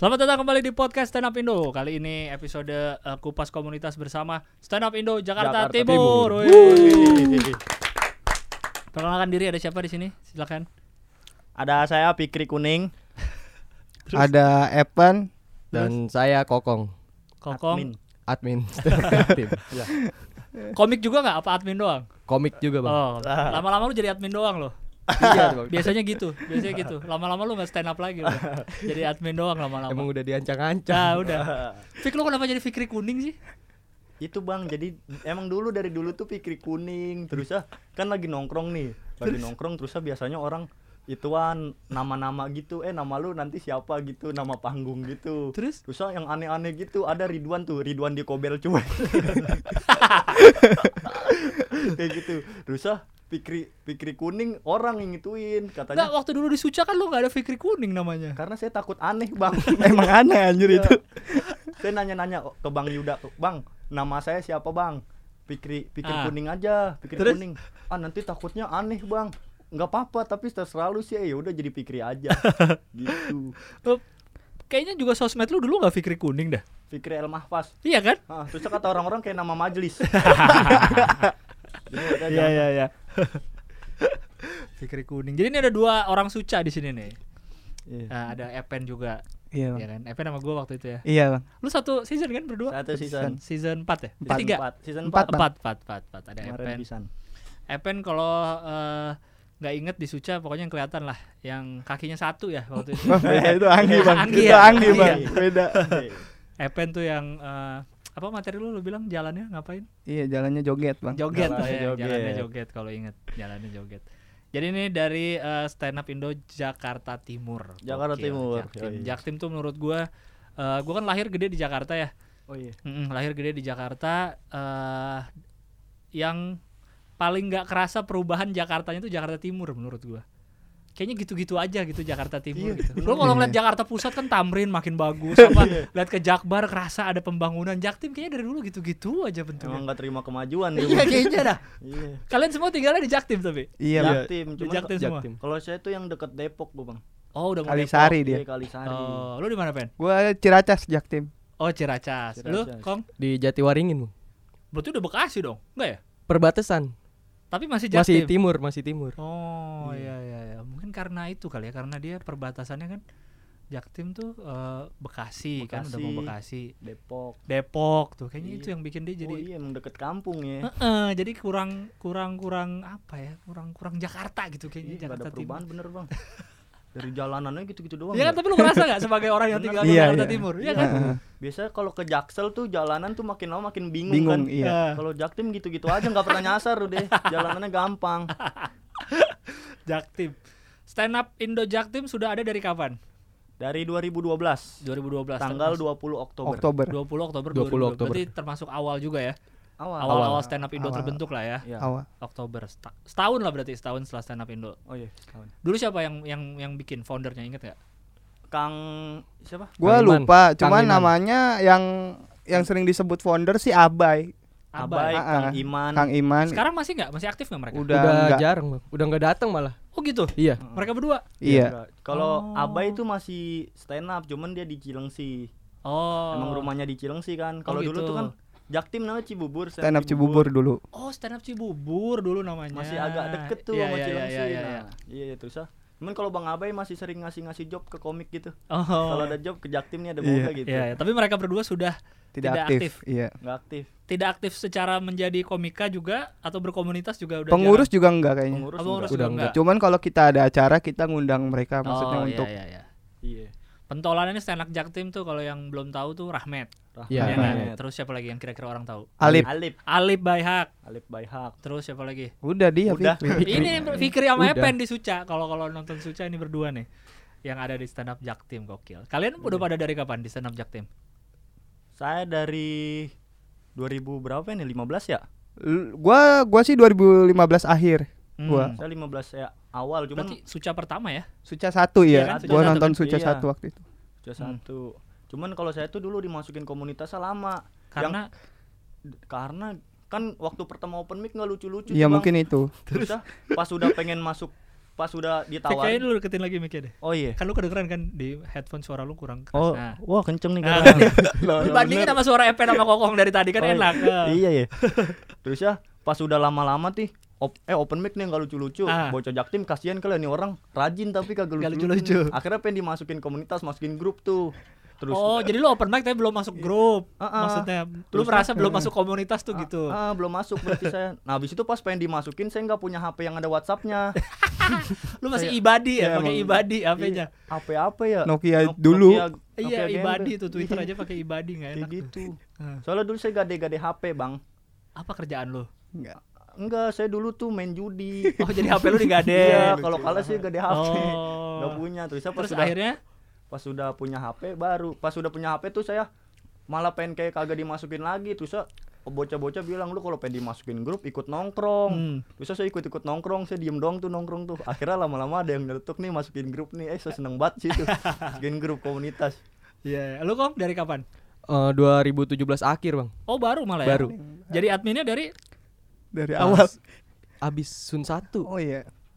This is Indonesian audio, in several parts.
Selamat datang kembali di podcast Stand Up Indo. Kali ini episode kupas komunitas bersama Stand Up Indo Jakarta Timur. Perkenalkan diri, ada siapa di sini? Silakan. Ada saya Fikri Kuning. Terus? Ada Evan dan saya Kokong. Kokong. Admin. Tim. Komik juga nggak? Apa admin doang? Komik juga, Bang. Oh, lama-lama lu jadi admin doang loh. Iya, Bang. Biasanya gitu. Lama-lama lu nggak stand up lagi loh. Jadi admin doang lama-lama. Emang udah diancang-ancang. Nah, udah. Fik, lu kenapa jadi Fikri Kuning sih? Itu Bang, jadi emang dari dulu tuh Fikri Kuning. Terus kan lagi nongkrong nih. Terus biasanya orang ituan nama-nama gitu. Nama lu nanti siapa gitu, nama panggung gitu. Terus yang aneh-aneh gitu. Ada Ridwan tuh, Ridwan di Kobel cuek. Kayak gitu. Terus Fikri Kuning orang yang ngituin katanya. Nggak, waktu dulu di Suca kan lu nggak ada Fikri Kuning namanya. Karena saya takut aneh Bang. emang aneh anjir itu. Saya nanya-nanya ke Bang Yuda, Bang, nama saya siapa Bang? Fikri Kuning aja, Fikri Terus? Kuning. Nanti takutnya aneh Bang. Nggak apa-apa, tapi terserah lu sih. Ya udah jadi Fikri aja. Gitu. Kayaknya juga sosmed lu dulu nggak Fikri Kuning dah. Fikri El Mahfaz. Iya kan? Terus kata orang-orang kayak nama majelis. Iya. Fikri Kuning. Jadi ini ada dua orang Suca di sini nih. Iya. Nah, ada Epen juga. Iya, Ya kan? Epen sama gua waktu itu ya. Iya, Bang. Lu satu season kan berdua? Satu season. Season 4 ya? Empat. 3. Season Empat, 4. Bang. 4. Ada Kemarin Epen. pisan. Epen kalau nggak inget di Suca pokoknya yang kelihatan lah, yang kakinya satu ya waktu itu. Itu Anggi, Bang. Anggi Itu ya? Anggi, Anggi Bang. ya? Beda. Epen tuh yang apa materi lu bilang jalannya ngapain? Iya, jalannya joget, Bang. Joget, Jalannya ya, joget. jalannya joget kalau inget, jalannya joget. Jadi ini dari Stand Up Indo Jakarta Timur. Jakarta Gokil, Timur. Jaktim. Yoi. Jaktim tuh menurut gua kan lahir gede di Jakarta ya. Oh iya. Lahir gede di Jakarta. Yang paling nggak kerasa perubahan Jakartanya tuh Jakarta Timur menurut gua. Kayaknya gitu-gitu aja gitu Jakarta Timur gitu. Lo kalau ngeliat Jakarta Pusat kan Tamrin makin bagus, apa lihat ke Jakbar kerasa ada pembangunan. Jaktim kayaknya dari dulu gitu-gitu aja Emang bentuknya. nggak terima kemajuan dia. Iya kayaknya dah. Iya. Kalian semua tinggalnya di Jaktim tapi. Iya, Bang. Jaktim, Di cuman Jaktim semua. kalau saya tuh yang deket Depok, Bang. Oh, udah mau Kalisari Depok. dia. Iya, Kalisari. Oh, lu di mana, Pen? Gua Ciracas Jaktim. Oh, Ciracas. Lu, Ciracas. Kong? Di Jatiwaringin, Bang. Berarti udah Bekasi dong? Enggak ya? Perbatasan. Tapi masih Masih Jaktim. timur. Oh, iya. Mungkin karena itu kali ya, karena dia perbatasannya kan Jaktim tuh Bekasi kan, udah mau Bekasi. Depok tuh. Kayaknya Iya. itu yang bikin dia jadi Oh iya, emang deket kampung ya. jadi kurang apa ya? Kurang Jakarta gitu kayaknya, Iya, nggak Jakarta ada perubahan Timur. bener Bang. Dari jalanannya gitu-gitu doang. Iya kan, tapi lu ngerasa enggak sebagai orang yang tinggal di Iya, Jakarta iya. Timur? Iya kan? Biasanya kalau ke Jaksel tuh jalanan tuh makin lama makin bingung Bingung, kan. iya. Kalau Jaktim gitu-gitu aja, nggak pernah nyasar deh. Jalanannya gampang. Jaktim. Stand Up Indo Jaktim sudah ada dari kapan? Dari 2012. 2012. Tanggal 20 Oktober. 20 Oktober 20 2012. Berarti termasuk awal juga ya. Awal. Awal Stand Up Indo Awal. terbentuk lah ya. Iya. Awal. Oktober. Setahun lah berarti, setahun setelah Stand Up Indo. Oh iya, setahun. Dulu siapa yang bikin foundernya, inget gak? Kang siapa? Gua Kang Iman. lupa, Kang cuman Iman. namanya yang sering disebut founder sih Abai. Abai, Ah, Kang ah. Iman. Kang Iman. Sekarang masih nggak? Masih aktif nggak mereka? Udah Udah enggak. jarang, Bang. Udah enggak datang malah. Oh gitu. Iya. Mereka berdua. Iya. Kalau Oh. Abai itu masih stand up, cuman dia di Cilengsi. Oh. Emang rumahnya di Cilengsi kan. Kalau Oh, dulu gitu. tuh kan Jaktim namanya Cibubur, Stand up Cibubur dulu. Oh, Stand Up Cibubur dulu namanya. Masih agak deket tuh Iya, sama iya, Cilengsi. iya, iya, Nah, iya. iya terus cuman kalau Bang Abai masih sering ngasih job ke komik gitu. Oh. Kalau ada job ke Jaktim nih ada boga gitu. Iya, iya. Tapi mereka berdua sudah Tidak aktif. Iya. Nggak aktif. tidak aktif secara menjadi komika juga atau berkomunitas juga udah Pengurus juga enggak kayaknya. Pengurus jarang. Pengurus enggak. juga Udah enggak. Cuman kalau kita ada acara kita ngundang mereka maksudnya Oh, untuk iya, iya. Iya. Pentolannya Stand Up Jaktim tuh kalau yang belum tahu tuh Rahmat. Iya, Ya kan? Rahmat. Terus siapa lagi yang kira-kira orang tahu? Alip. Alip Baihak. Alip Baihak. Terus siapa lagi? Udah dia Udah. Fikri. Ini Fikri sama Udah. Epen di Suca. Kalau nonton Suca ini berdua nih yang ada di Stand Up Jaktim, gokil. Kalian udah pada dari kapan di Stand Up Jaktim? Saya dari 2000 berapa ini? 15 ya? Gua sih 2015 akhir. Gua Saya 15 ya awal, cuman Berarti Suca pertama ya? Suca 1 Iya ya. kan, Suca Gua 1 nonton kan? Suca Iya. 1 waktu itu. Sudah satu. Cuman kalau saya tuh dulu dimasukin komunitasnya lama. Karena Karena kan waktu pertama open mic nggak lucu-lucu. Iya tuh, Bang. mungkin itu. Terus pas udah pengen masuk pas udah Kayaknya ditawarin. dulu deketin lagi mic-nya deh. Oh iya. Kan lu kedengeran kan di headphone suara lu kurang keras. Oh, Nah, wah kenceng nih Nah, kan. dibandingin sama suara Epen sama Kokong dari tadi kan Oh, enak. Iya ya. Terus ya pas udah lama-lama nih open mic nih nggak lucu-lucu. Bocah Jaktim kasihan kali nih orang rajin tapi kagak Nggak lucu-lucu. lucu-lucu. Akhirnya pengen dimasukin komunitas, masukin grup tuh. Terus Oh, jadi lu open mic tapi belum masuk grup. Maksudnya lu Terus merasa belum masuk komunitas tuh gitu. belum masuk berarti saya. Nah, habis itu pas pengen dimasukin saya nggak punya HP yang ada WhatsApp-nya. Lu masih ibadi ya, Iya, pakai emang. ibadi HP-nya. HP apa ya? Nokia dulu. Iya, Nokia ibadi Gembel. tuh Twitter aja pakai ibadi enggak Kayak enak. gitu. Heeh. Soalnya dulu saya gade-gade HP, Bang. Apa kerjaan lu? Enggak. Enggak, saya dulu tuh main judi. Oh, jadi HP lu digade. Iya, kalau kalah sih gade HP. Oh. Enggak punya. Terus saya pas Terus sudah akhirnya pas sudah punya HP baru. Pas sudah punya HP tuh saya malah pengen kayak kagak dimasukin lagi. Terus saya bocah-bocah bilang lu kalau pengen dimasukin grup ikut nongkrong. Terus saya ikut nongkrong, saya diem doang tuh nongkrong tuh. Akhirnya lama-lama ada yang nyetuk nih masukin grup nih. Saya seneng banget sih tuh. Masukin grup komunitas. Iya, lu kok dari kapan? 2017 akhir, Bang. Oh, baru malah ya. Baru. Jadi adminnya dari awal. Abis Sun 1. Oh iya.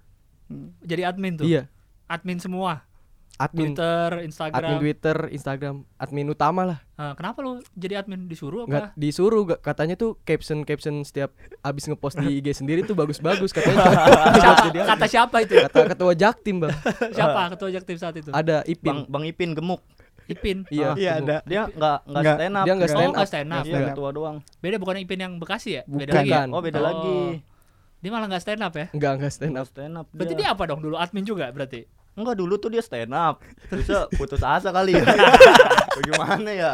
jadi admin tuh. Iya. Admin semua. Admin Twitter, Twitter, Instagram, admin utama lah. Kenapa lu jadi admin disuruh Nggak apa? disuruh, katanya tuh caption setiap abis ngepost di IG sendiri tuh bagus-bagus katanya. Kata siapa itu? Kata ketua Jaktim, Bang. Siapa ketua Jaktim saat itu? Ada Ipin. Bang Ipin gemuk. Ipin. Iya. Iya ada. Dia enggak Nggak. stand up. Dia nggak stand nggak stand up. Iya, Stand up. ketua doang. Beda bukan Ipin yang Bekasi ya? Beda Bukan. lagi ya? Oh, beda lagi. Dia malah nggak stand up ya? Enggak stand up. Stand up. Berarti dia apa dong dulu admin juga berarti? Enggak, dulu tuh dia stand up. Terus putus asa kali ya. Bagaimana ya?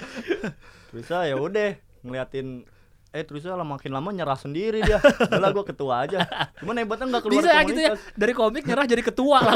Terus ya udah ngeliatin terus makin lama nyerah sendiri dia. Udah gua ketua aja. Cuman hebatnya enggak keluar Bisa ya gitu ya, komunitas. dari komik nyerah jadi ketua lah.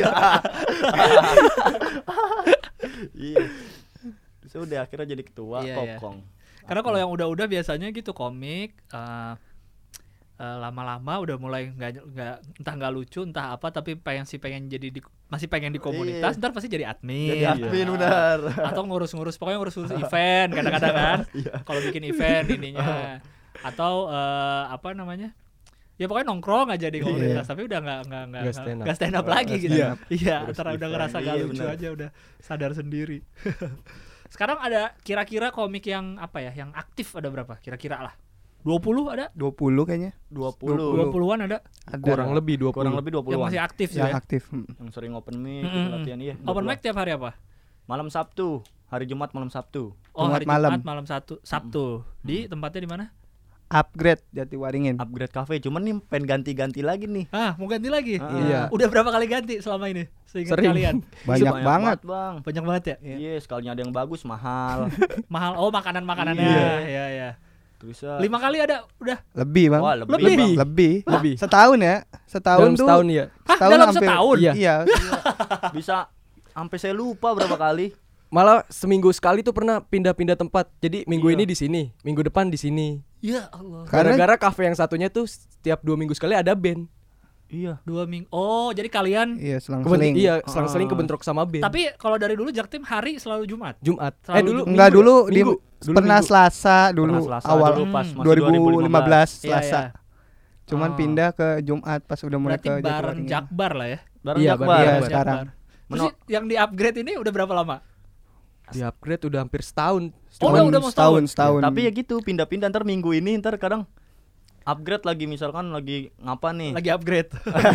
Iya. Terus udah akhirnya jadi ketua Iya, iya. Kokong. Karena kalau yang udah-udah biasanya gitu komik lama-lama udah mulai entah nggak lucu entah apa tapi pengen jadi masih pengen di komunitas, ntar pasti jadi admin. Jadi admin benar. Atau ngurus-ngurus pokoknya ngurus-ngurus event kadang-kadang kan. Kalau bikin event ininya. Atau apa namanya? Ya pokoknya nongkrong aja di komunitas tapi udah nggak stand up lagi gitu. Iya, antara udah ngerasa gak Iya, lucu benar. aja udah sadar sendiri. Sekarang ada kira-kira komik yang apa ya? Yang aktif ada berapa? Kira-kira lah. 20 ada? 20 kayaknya. 20. 20-an ada? Ada. Kurang lebih 20. Kurang lebih 20-an. Yang masih aktif sih yang ya. aktif. Yang sering open mic, Mm-mm. latihan iya. Open 20-an. mic tiap hari apa? Malam Sabtu, hari Jumat malam Sabtu. Oh, Jumat hari malam. Jumat malam Sabtu. Di tempatnya di mana? Upgrade Jatiwaringin. Upgrade cafe, cuman nih pengen ganti-ganti lagi nih. Mau ganti lagi? Iya. Udah berapa kali ganti selama ini? Seingat Sering. kalian? Banyak banget. Bang. Banyak banget ya? Iya, sekalinya ada yang bagus mahal. Mahal. Oh, makanan-makanannya. Iya. Iya. Terus 5 kali ada udah. Lebih, Bang. Wah, lebih. Lebih? Bang. Lebih. Lebih. Setahun ya. Setahun Dalam tuh. setahun ya. Hah, dalam hampir- setahun? Iya. Iya. Bisa sampai saya lupa berapa kali. Malah seminggu sekali tuh pernah pindah-pindah tempat. Jadi minggu Iya. ini di sini, minggu depan di sini. Ya Allah. Karena- Gara-gara kafe yang satunya tuh setiap 2 minggu sekali ada band. Iya. 2 minggu. Oh, jadi kalian Iya, selang-seling. Iya, selang-seling kebentrok sama band. tapi kalau dari dulu Jaktim hari selalu Jumat. Jumat. Selalu Dulu Enggak minggu dulu ya? di Minggu. Dulu pernah minggu. Selasa dulu Pernah Selasa awal dulu pas masih 2015 Iya, Selasa. iya. Cuman Oh. pindah ke Jumat pas udah mulai Berarti ke bareng Jatiwaringin. Jakbar lah ya. Bareng Iya, Jakbar. bareng Iya, Jakbar. sekarang. Terus yang di upgrade ini udah berapa lama? Di upgrade udah hampir setahun. Oh, Cuman udah mau setahun. setahun. Tapi ya gitu, pindah-pindah ntar minggu ini ntar kadang upgrade lagi misalkan lagi ngapa nih. Lagi upgrade.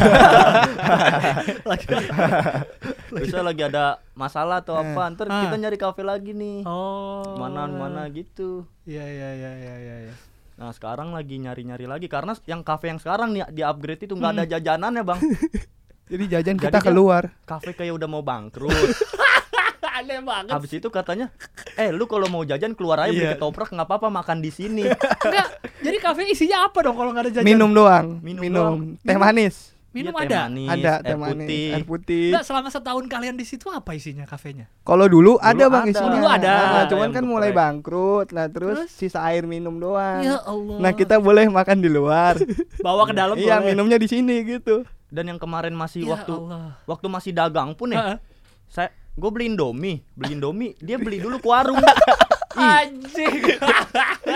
Lagi. Terus lagi ada masalah atau apa, ntar Ah. kita nyari kafe lagi nih. Oh. Mana gitu. Iya. Iya. Nah, sekarang lagi nyari-nyari lagi karena yang kafe yang sekarang nih di upgrade itu nggak ada jajanannya, Bang. Jadi jajan Jadi kita dia- keluar. Kafe kayak udah mau bangkrut. Aneh banget. Habis itu katanya, lu kalau mau jajan keluar aja beli Iya. ketoprak nggak apa-apa makan di sini. Enggak. Jadi kafe isinya apa dong kalau nggak ada jajan? Minum doang. Minum Minum. doang. Teh manis. Minum Iya, teh ada. manis, Ada air teh manis, putih. air putih. Enggak, selama setahun kalian di situ apa isinya kafenya? Kalau dulu ada Bang ada. isinya. Dulu ada. Nah, cuman Ayam kan geprek. mulai bangkrut. Nah, terus Terus? sisa air minum doang. Ya Allah. Nah, kita boleh makan di luar. bawa ke dalam Iya, boleh. minumnya di sini gitu. Dan yang kemarin masih Ya waktu Allah. waktu masih dagang pun Heeh. ya. Gue beli Indomie, dia beli dulu ke warung. Anjing. Ke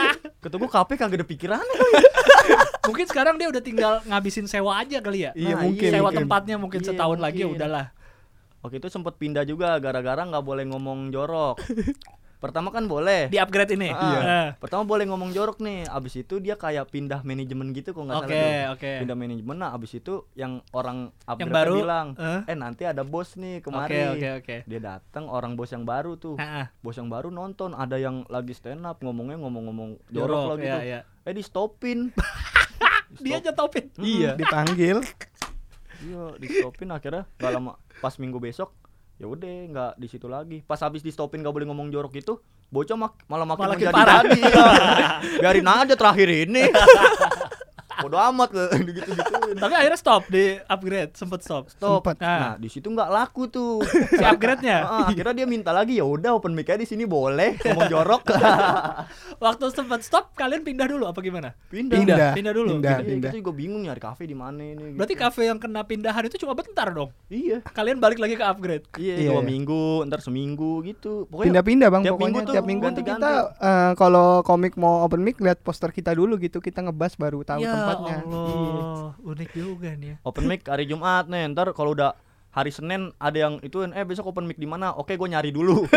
Kata gua kafe kagak ada pikiran. Mungkin sekarang dia udah tinggal ngabisin sewa aja kali ya. Iya, Nah, mungkin. Sewa mungkin. tempatnya mungkin Iya, setahun lagi ya mungkin. udahlah. Waktu itu sempet pindah juga gara-gara nggak boleh ngomong jorok. Pertama kan boleh. Di upgrade ini. Pertama boleh ngomong jorok nih. Abis itu dia kayak pindah manajemen gitu kok nggak salah tuh. Oke. Pindah manajemen. Nah abis itu yang orang upgrade baru, bilang, eh? nanti ada bos nih kemari. Oke. Dia datang orang bos yang baru tuh. Heeh. Bos yang baru nonton, ada yang lagi stand up ngomong-ngomong jorok lah gitu. Iya. Di stopin. Dia nyetopin. Iya. Dipanggil. Iya, di stopin akhirnya nggak lama pas minggu besok ya udah nggak di situ lagi. Pas habis di stopin nggak boleh ngomong jorok itu, bocah malah makin Makin menjadi parah. jadi. Biarin aja terakhir ini. Bodo amat gitu-gituin. Tapi akhirnya stop di upgrade, sempet stop. Sempet. Nah, di situ nggak laku tuh. Si upgrade-nya. Akhirnya dia minta lagi, ya udah open mic aja di sini boleh ngomong jorok. Waktu sempet stop kalian pindah dulu apa gimana? Pindah. Pindah dulu. Pindah. Iya, kita juga bingung nyari kafe di mana ini. Berarti gitu. kafe yang kena pindahan itu cuma bentar dong. Iya. Kalian balik lagi ke upgrade. Iya, Iya. 2 minggu, ntar seminggu gitu. Pokoknya Pindah-pindah bang, tiap pokoknya minggu tuh tiap minggu tuh ganti-ganti. kita kalau komik mau open mic lihat poster kita dulu gitu, kita ngebahas baru tahu Ya tempatnya. Allah, unik juga nih ya. open mic hari Jumat nih, ntar kalau udah hari Senin ada yang ituin, besok open mic di mana? Oke, gue nyari dulu.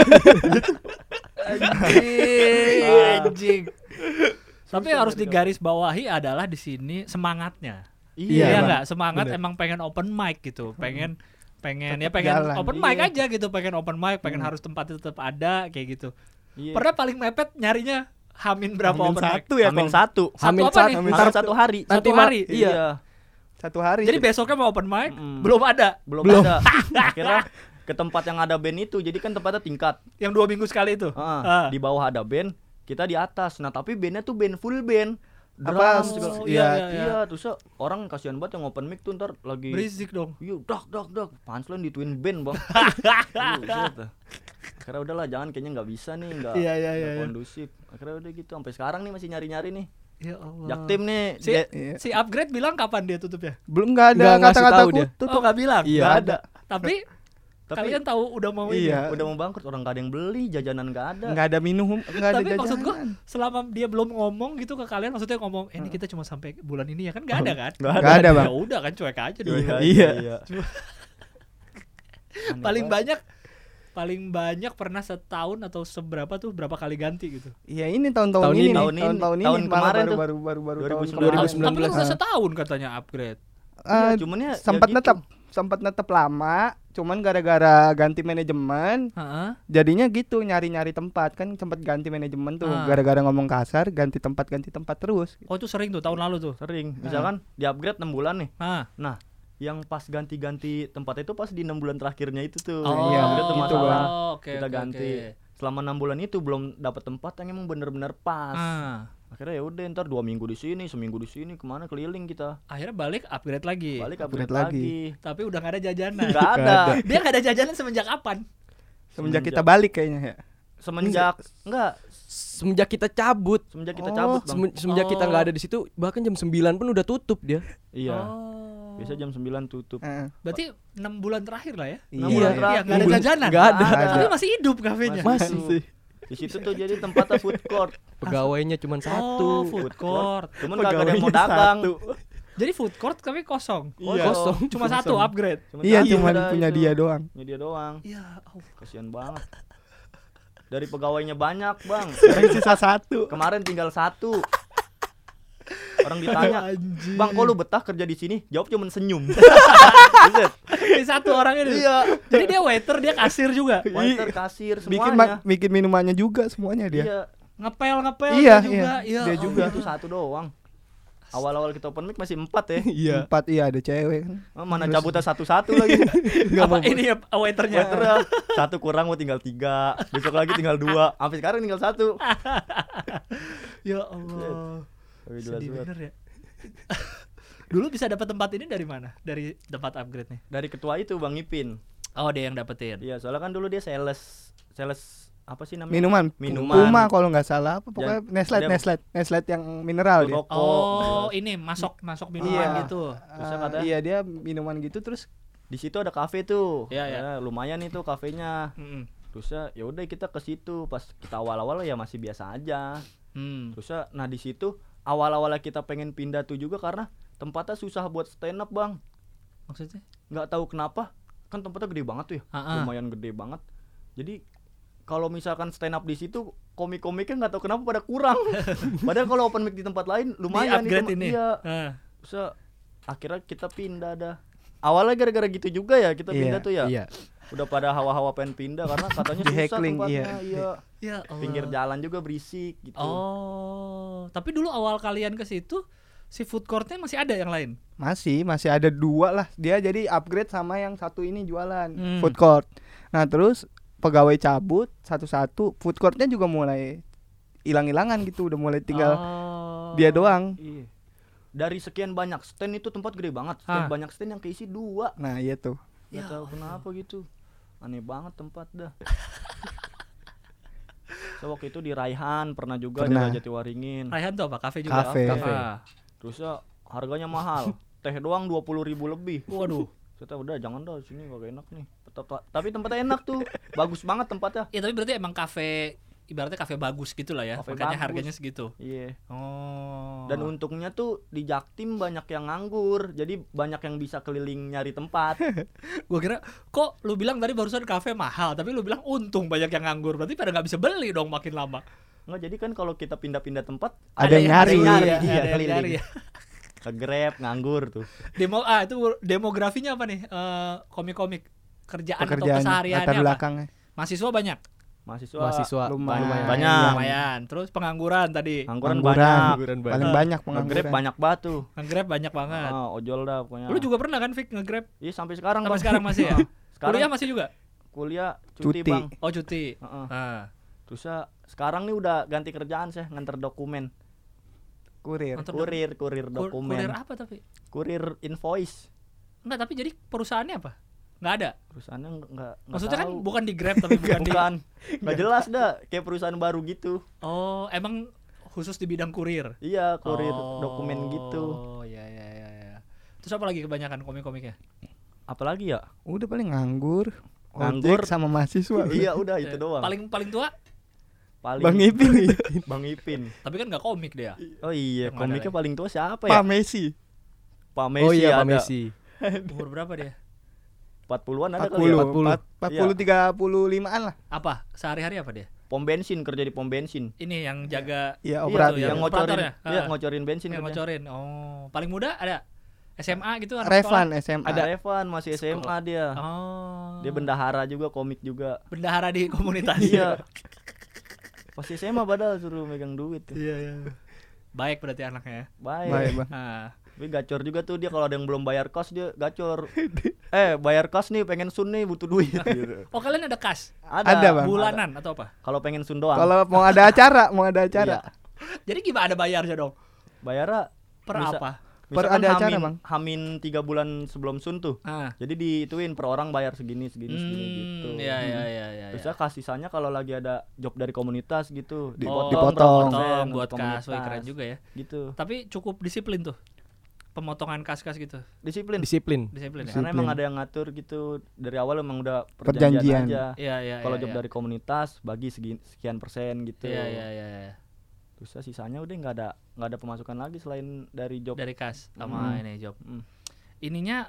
Anjing. Tapi harus digaris bawahi adalah di sini semangatnya. Iya, Iya Bang. enggak? Semangat Bener. emang pengen open mic gitu. Pengen Tetep pengen jalan. open mic Iya. aja gitu, pengen open mic, pengen harus tempatnya tetap ada kayak gitu. Iya. Pernah paling mepet nyarinya Hamin berapa Hamin open mic? satu ya, Hamin Kong? satu. Satu apa nih? Hamin Hamin satu hari. Satu Nanti hari. Iya. Satu hari. Jadi besoknya mau open mic, Mm-mm. belum ada. Belum ada. Akhirnya ke tempat yang ada band itu. Jadi kan tempatnya tingkat. Yang 2 minggu sekali itu. Di bawah ada band, kita di atas. Nah, tapi bandnya tuh band full band. Apa? Drum segala. Oh, Iya, Iya, terus orang kasihan banget yang open mic tuh ntar lagi Berisik dong. iya, dak. Punchline di twin band, Bang. Akhirnya udahlah, jangan, kayaknya nggak bisa nih, nggak Iya, nggak kondusif. Akhirnya udah gitu, sampai sekarang nih masih nyari-nyari nih. Ya Allah. Jaktim nih, Si, Iya. si upgrade bilang kapan dia tutupnya? belum nggak ada Nggak ngasih kata-kata tahu dia. tutup. Oh, nggak bilang. Iya. Nggak ada. Tapi Tapi kalian tahu udah mau ini. Iya. udah mau bangkrut, orang nggak ada yang beli, jajanan nggak ada. Nggak ada minum, nggak ada Tapi maksud gua jajanan. selama dia belum ngomong gitu ke kalian, maksudnya ngomong ini kita cuma sampai bulan ini ya kan nggak ada kan? Nggak ada, Bang. Ya udah kan cuek aja dulu. Iya. Paling banyak pernah setahun atau seberapa tuh berapa kali ganti gitu. Iya, ini tahun-tahun Tahun ini, ini. tahun ini Tahun malah kemarin tuh. baru 2019. tahun kemarin. 2019. Tapi kan udah setahun katanya upgrade. Eh, Cuman ya sempat ya gitu. netep lama, cuman gara-gara ganti manajemen Heeh. jadinya gitu, nyari-nyari tempat kan, sempat ganti manajemen tuh, Ah. gara-gara ngomong kasar, ganti tempat terus. Oh itu sering tuh tahun lalu tuh. Sering, misalkan di upgrade 6 bulan nih. Ah. Nah, yang pas ganti-ganti tempat itu pas di 6 bulan terakhirnya itu tuh. Oh, iya, Upgrade tuh gitu, masalah. Bang. Oke, Kita oke, ganti. oke. Selama 6 bulan itu belum dapat tempat yang emang bener-bener pas. Ah. Akhirnya ya udah, ntar 2 minggu di sini, seminggu di sini, kemana keliling kita. Akhirnya balik upgrade lagi. Balik Upgrade upgrade lagi. Tapi udah gak ada jajanan. Nggak ada. Dia gak ada jajanan semenjak kapan? Semenjak kita balik kayaknya ya. Semenjak enggak, Semenjak kita cabut. semenjak kita Oh, cabut, Bang. Semenjak kita nggak ada di situ, bahkan jam 9 pun udah tutup dia. Iya. Oh. Biasa jam 9 tutup. Heeh. Berarti 6 bulan terakhir lah ya. 6 Iya. bulan Iya, terakhir. gak ada jajanan. Nggak ada. Tapi masih hidup kafenya. Masih sih. Di situ tuh jadi tempatnya food court. Pegawainya cuma Oh, satu. food court. Cuman kagak ada yang mau dagang. Jadi food court tapi kosong. Iya. Kosong. Cuma satu upgrade. Iya, satu cuman udah punya itu. dia doang. Punya dia doang. Ya Allah. Kasihan banget. Dari pegawainya banyak, Bang. Sekarang sisa satu. Kemarin tinggal 1. Orang ditanya, "Bang, kok lu betah kerja di sini?" Jawab cuma senyum. Buset. Ini satu orang ini. Iya. Jadi dia waiter, dia kasir juga. Waiter, kasir, Bikin semuanya. bikin minumannya juga semuanya dia. Iya. Ngepel Iya, dia juga. iya. Dia Allah. juga. Itu 1 doang. Awal-awal kita open mic masih 4 ya. Iya. 4, iya ada cewek kan. Mana cabutnya 1-1 lagi. Apa ini ya waiternya? Waiternya 1 kurang mau tinggal 3. Besok lagi tinggal 2. Sampai sekarang tinggal 1. Ya Allah. Tapi jelas Sedih banget. bener ya. Dulu bisa dapat tempat ini dari mana? Dari tempat upgrade nih. Dari ketua itu Bang Ipin. Oh, dia yang dapetin. Iya, soalnya kan dulu dia sales apa sih namanya? Minuman. Minuman. Puma kalau nggak salah, apa pokoknya Dia- Neslet yang mineral dia. Rokok. Oh, ini masuk minuman Iya. gitu. Terus katanya- Iya, dia minuman gitu terus Di situ ada kafe tuh. Iya, iya. Ya, lumayan itu kafenya. Mm-mm. Terus ya udah kita ke situ. Pas kita awal-awal ya masih biasa aja. Terus nah di situ awal-awalnya kita pengen pindah tuh juga karena tempatnya susah buat stand up, Bang. Maksudnya? Nggak tahu kenapa, kan tempatnya gede banget tuh ya. Lumayan gede banget. Jadi kalau misalkan stand up di situ komik-komiknya nggak tahu kenapa pada kurang. Padahal kalau open mic di tempat lain lumayan upgrade ini. Iya. Terus akhirnya kita pindah dah. Awalnya gara-gara gitu juga ya kita pindah tuh ya. Iya. Udah pada hawa-hawa pengen pindah karena katanya susah Di-heckling, tempatnya. iya. Ya Allah. Pinggir jalan juga berisik gitu. Oh, tapi dulu awal kalian ke situ si food courtnya masih ada yang lain? Masih ada 2 lah. Dia jadi upgrade sama yang satu ini jualan food court. Nah terus pegawai cabut satu-satu, food courtnya juga mulai hilang-hilangan gitu, udah mulai tinggal dia doang. Iya. Dari sekian banyak stand itu tempat gede banget. Sekian banyak stand yang keisi 2. Nah iya tuh. Gak tahu kenapa gitu. Aneh banget tempat dah. So, waktu itu di Raihan pernah juga di Jatiwaringin. Raihan tuh apa? Kafe juga? Kafe. Terus harganya mahal. Teh doang 20.000 lebih. Waduh. Kita udah jangan dah sini gak enak nih. Tapi tempatnya enak tuh. Bagus banget tempatnya. Ya tapi berarti emang kafe, ibaratnya kafe bagus gitu lah ya. Kafe Makanya bagus. harganya segitu. Iya. Oh. Dan untungnya tuh di Jaktim banyak yang nganggur. Jadi banyak yang bisa keliling nyari tempat. Gua kira kok lu bilang tadi barusan kafe mahal, tapi lu bilang untung banyak yang nganggur. Berarti pada nggak bisa beli dong makin lama. Nggak, jadi kan kalau kita pindah-pindah tempat Ada yang nyari. Iya, ada yang keliling. nyari ya. Ke Grab nganggur tuh. Itu demografinya apa nih? Komik-komik kerjaan atau Pekerjaan kesehariannya latar apa? belakangnya. Mahasiswa banyak. Mahasiswa lumayan. banyak. Lumayan. Terus pengangguran tadi. Pengangguran Pengangguran. banyak. Paling banyak Nge-Grab pengangguran. banyak banget tuh. Nge-Grab banyak banget. Ojol dah pokoknya. Lu juga pernah kan Fik nge-Grab? Iya sampai sekarang Sampai Bang. sekarang masih ya? Sekarang Kuliah masih juga? kuliah cuti. Bang. Oh cuti. Terus sekarang nih udah ganti kerjaan saya nganter dokumen. Kurir. Kurir dokumen. Kurir apa tapi? Kurir invoice. Enggak, tapi jadi perusahaannya apa? Enggak ada. Perusahaannya enggak Maksudnya tahu. kan bukan di Grab tapi bukan di. Bukan. Enggak jelas dah, kayak perusahaan baru gitu. Oh, emang khusus di bidang kurir. Iya, kurir dokumen gitu. Oh, ya. Terus apa lagi kebanyakan komik-komiknya? Apalagi ya? Udah paling nganggur Nganggur. sama mahasiswa. Iya, udah itu doang. Paling tua? Paling Bang Ipin. Bang Ipin. Tapi kan enggak komik dia. Oh iya, Yang komiknya mana, paling tua siapa Pak ya? Messi. Pak Messi. Oh iya, Pak ada. Messi. Umur berapa dia? 40-an ada kali ya? 40 35-an lah. Apa? Sehari-hari apa dia? Pom bensin, kerja di pom bensin. Ini yang jaga Iya, Iya, operator. ya, yang ngocorin. operatornya? Iya, ngocorin bensin yang kerja. ngocorin. Oh, paling muda ada SMA gitu anak Revan sekolah? SMA. Ada Evan, masih SMA dia. Oh. Dia bendahara juga, komik juga. Bendahara di komunitas. Iya. Pas SMA padahal suruh megang duit. Iya. Baik berarti anaknya ya. Baik. Baik, Bang. Nah, Tapi gacor juga tuh dia kalau ada yang belum bayar kos dia gacor. Bayar kos nih, pengen sun nih, butuh duit gitu. oh kalian ada kas Ada, Bang. bulanan atau apa? Kalau pengen sun doang. Kalau mau ada acara, Iya. Jadi gimana bayarnya dong? Bayarnya Per bisa- apa? Per misalkan ada acara, Bang. Hamin 3 bulan sebelum sun tuh. Ah. Jadi diituin per orang bayar segini gitu. Iya. Terus kasisanya kalau lagi ada job dari komunitas gitu, dipotong. berapa persen buat untuk kas, wih, komunitas. keren juga ya. Gitu. Tapi cukup disiplin tuh. Pemotongan kas-kas gitu. Disiplin. Disiplin. Disiplin ya. Karena emang ada yang ngatur gitu dari awal emang udah perjanjian Perjanjian. aja. Iya. Kalau job dari komunitas bagi sekian persen gitu. Iya. Terus sisanya udah nggak ada pemasukan lagi selain dari job. Dari kas sama ini job. Ininya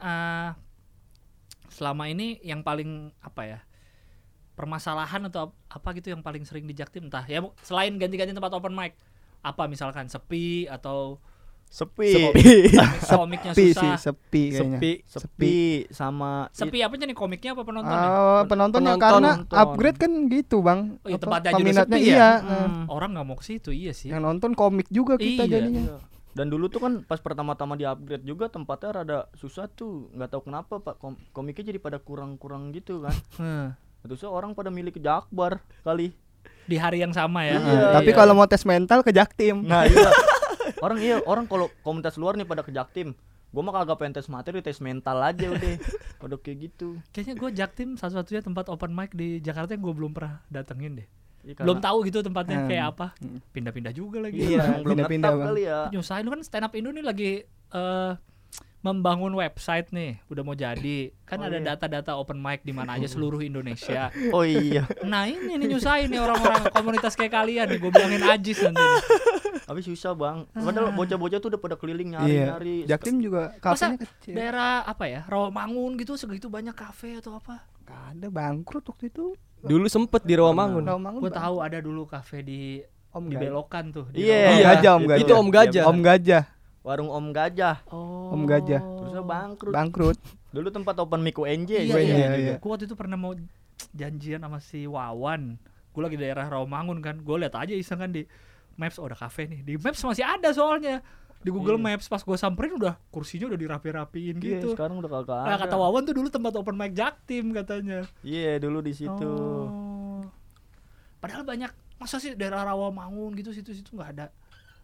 selama ini yang paling apa ya? Permasalahan atau apa gitu yang paling sering di Jaktim entah ya selain ganti-ganti tempat open mic. Apa misalkan sepi atau Sepi. komiknya Sepi susah. sih, sepi kayaknya. Sepi sama Sepi apanya nih komiknya apa penontonnya? Penontonnya Penonton. karena upgrade kan gitu, Bang. Oh iya, Apa, tempatnya aja udah peminatnya sepi ya? iya. Orang nggak mau ke situ, iya sih. Yang nonton komik juga kita Iya. jadinya. Dan dulu tuh kan pas pertama-tama di upgrade juga tempatnya rada susah tuh, nggak tahu kenapa Pak komiknya jadi pada kurang-kurang gitu kan. Terus orang pada milih ke Jakbar kali. Di hari yang sama ya. Iya. Tapi kalau mau tes mental ke Jaktim. Nah iya. orang kalau komunitas luar nih pada ke Jaktim. Gua mah kagak pengen tes materi, tes mental aja udah. Udah kayak gitu. Kayaknya gue Jaktim satu-satunya tempat open mic di Jakarta yang gue belum pernah datengin deh. Iya, Belum tahu gitu tempatnya Hmm. kayak apa. Pindah-pindah juga lagi. Iya, belum pindah-pindah, ngetap Bang. kali ya. Nyusahin lu kan stand up Indo nih lagi membangun website nih, udah mau jadi. Kan Oh, ada iya. data-data open mic di mana aja seluruh Indonesia. Oh iya. Nah, ini nih nyusahin nih orang-orang komunitas kayak kalian nih, gue bilangin Ajis nanti. nih. Tapi susah bang. Padahal bocah-bocah tuh udah pada keliling Iya. nyari-nyari. Jaktim juga Masa kafenya kecil. daerah apa ya? Rawamangun gitu segitu banyak kafe atau apa? Gak ada, bangkrut waktu itu. Dulu sempet di Rawamangun. Rawamangun. Gue tahu ada dulu kafe di Om di Gajah. belokan tuh. di Iya. Om Rawamangun. Gajah, Om Gajah. Itu Om Gajah. Om Gajah. Warung Om Gajah. Oh. Om Gajah. Terusnya bangkrut. Bangkrut. Dulu tempat open mic UNJ. Iya, gue iya, juga. iya. Gue waktu itu pernah mau janjian sama si Wawan. Gue lagi daerah Rawamangun kan. Gue lihat aja iseng kan di Maps, oh ada kafe nih. Di Maps masih ada soalnya. Di Google Iya. Maps pas gue samperin udah kursinya udah dirapi-rapiin Iya, gitu. sekarang udah kagak Nah, ada. kata Wawan tuh dulu tempat open mic Jaktim katanya. Iya, dulu di situ. Oh. Padahal banyak, masa sih daerah Rawamangun gitu situ-situ nggak ada.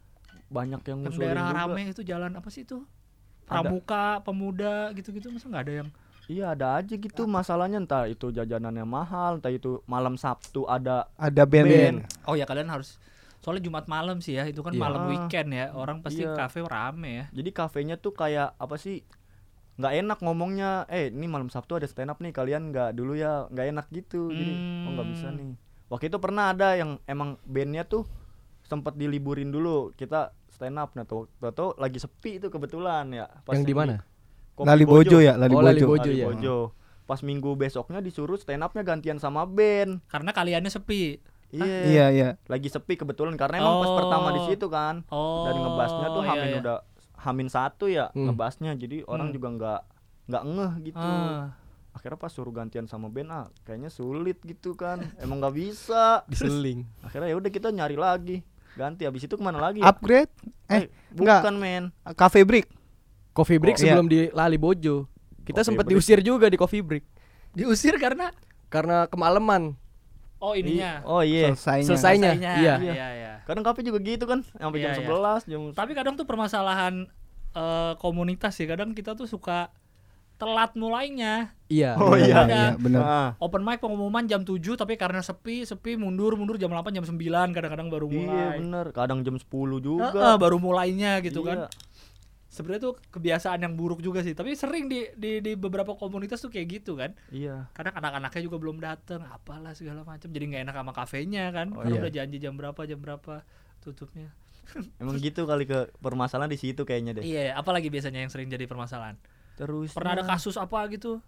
Banyak yang Yang ngusulin daerah juga. rame itu jalan apa sih itu? Ada. Pramuka, Pemuda gitu-gitu masa nggak ada yang. Iya, ada aja gitu masalahnya, entah itu jajanannya mahal, entah itu malam Sabtu ada Ada band. Oh ya kalian harus, soalnya Jumat malam sih ya, itu kan Iya. malam weekend ya, orang pasti Iya. kafe rame ya. Jadi kafenya tuh kayak apa sih? Nggak enak ngomongnya. Ini malam Sabtu ada stand up nih, kalian nggak dulu ya? Nggak enak gitu. Jadi oh nggak bisa nih. Waktu itu pernah ada yang emang bandnya tuh sempat diliburin dulu. Kita stand up, nah tuh lagi sepi itu kebetulan ya. Yang di mana? Kopi Lali Bojo ya, Lali Oh, Lali Bojo. Bojo. Lali ya. Bojo. Pas minggu besoknya disuruh stand upnya gantian sama band. Karena kaliannya sepi. Iya, iya. Lagi sepi kebetulan karena emang pas Oh. pertama di situ kan. Oh. Dan ngebasnya tuh iya, Hamin iya. udah Hamin 1 ya ngebasnya. Jadi orang Hmm. juga nggak ngeh gitu. Ah. Akhirnya pas suruh gantian sama band kayaknya sulit gitu kan. Emang nggak bisa. Diseling. Akhirnya ya udah kita nyari lagi. Ganti habis itu kemana lagi? Ya? Upgrade? enggak. Bukan men. Cafe Brick. Coffee break Oh, sebelum di Lali Bojo. Kita Coffee sempat break. diusir juga di Coffee break Diusir karena karena kemalaman. oh ininya. Oh iya. Selesainya. Iya. Iya. Kadang kafe juga gitu kan. Sampai Iya, jam iya. 11 jam. Tapi kadang tuh permasalahan komunitas ya, kadang kita tuh suka telat mulainya. Iya. Oh iya. Ada. benar. Ah, Open mic pengumuman jam 7 tapi karena sepi mundur jam 8 jam 9 kadang-kadang baru iya mulai. bener. Kadang jam 10 juga. Baru mulainya gitu Iya. kan. Sebenarnya tuh kebiasaan yang buruk juga sih, tapi sering di beberapa komunitas tuh kayak gitu kan. Iya. Kadang anak-anaknya juga belum datang, apalah segala macam. Jadi nggak enak sama kafenya kan. Oh, Karena iya. udah janji jam berapa tutupnya. Emang gitu kali ke permasalahan di situ kayaknya deh. Iya, apalagi biasanya yang sering jadi permasalahan. Terus Pernah ada kasus apa gitu?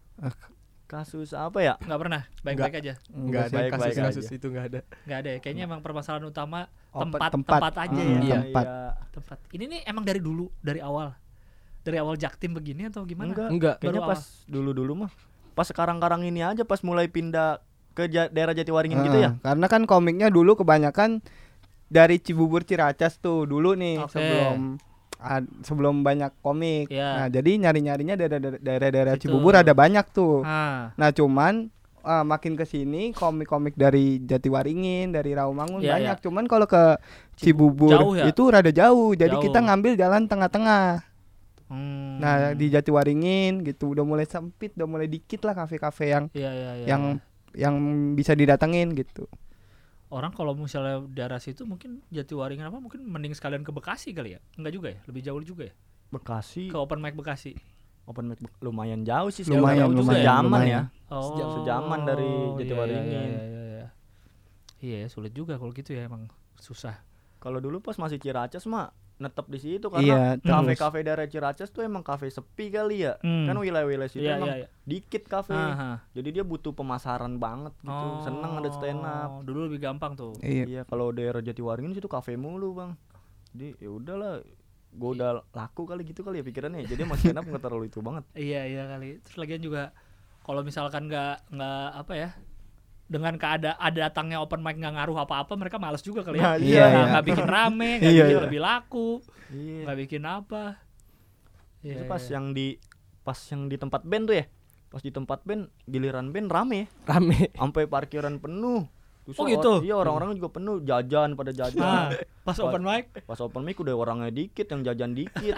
kasus apa ya? Nggak pernah, baik-baik aja. Enggak ada Baik-baik kasus-kasus aja. itu enggak ada. Nggak ada ya. Kayaknya emang permasalahan utama Tempat. tempat aja ya. Iya. Tempat. Tempat. Ini nih emang dari dulu, dari awal Jaktim begini atau gimana? Enggak. Kayaknya Baru pas dulu mah. Pas sekarang-karang ini aja pas mulai pindah ke daerah Jatiwaringin gitu ya. Karena kan komiknya dulu kebanyakan dari Cibubur Ciracas tuh dulu nih Oke. sebelum banyak komik. Iya. Nah, jadi nyari-nyarinya daerah-daerah Situ. Cibubur ada banyak tuh. Ah, Nah, cuman makin ke sini komik-komik dari Jatiwaringin, dari Rawamangun Iya, banyak. iya. Cuman kalau ke Cibubur Jauh ya? itu rada jauh. Jadi Jauh. kita ngambil jalan tengah-tengah. hmm. Nah, di Jatiwaringin gitu udah mulai sempit, udah mulai dikit lah kafe-kafe yang Iya. yang bisa didatengin gitu. Orang kalau misalnya daerah situ mungkin Jatiwaringin apa mungkin mending sekalian ke Bekasi kali ya? Enggak juga ya? Lebih jauh juga ya? Bekasi Ke open mic Bekasi. open mic lumayan jauh sih. Lumayan, jauh lumayan, sejaman lumayan. ya. Oh. Sejaman dari Jatiwaringin. Iya, sulit juga kalau gitu ya, emang susah. Kalau dulu pas masih Ciracas mah netep di situ Iya, karena terus. kafe-kafe daerah Ciracas tuh emang kafe sepi kali ya. Hmm. Kan wilayah-wilayah situ Iya, emang iya. dikit kafe. Aha. Jadi dia butuh pemasaran banget gitu. Seneng ada stand up. Dulu lebih gampang tuh. Iya. Iya, kalau daerah Jatiwaringin situ kafe mulu, Bang. Jadi ya udahlah, gue udah laku kali gitu kali ya pikirannya. Jadi mas stand up nggak terlalu itu banget. Iya kali. Terus lagian juga kalau misalkan nggak apa ya, dengan ada datangnya open mic nggak ngaruh apa-apa, mereka malas juga kali ya. Nah, iya, iya. Nggak bikin rame, nggak Iya, bikin iya. lebih laku, Iya. nggak bikin apa. Itu pas yang di tempat band tuh ya. Pas di tempat band, giliran band rame ya. Rame. Sampai parkiran penuh. Terus Oh, gitu? Iya, orang-orang juga penuh, jajan pada jajan. Nah, pas open mic, Pas open mic udah orangnya dikit, yang jajan dikit.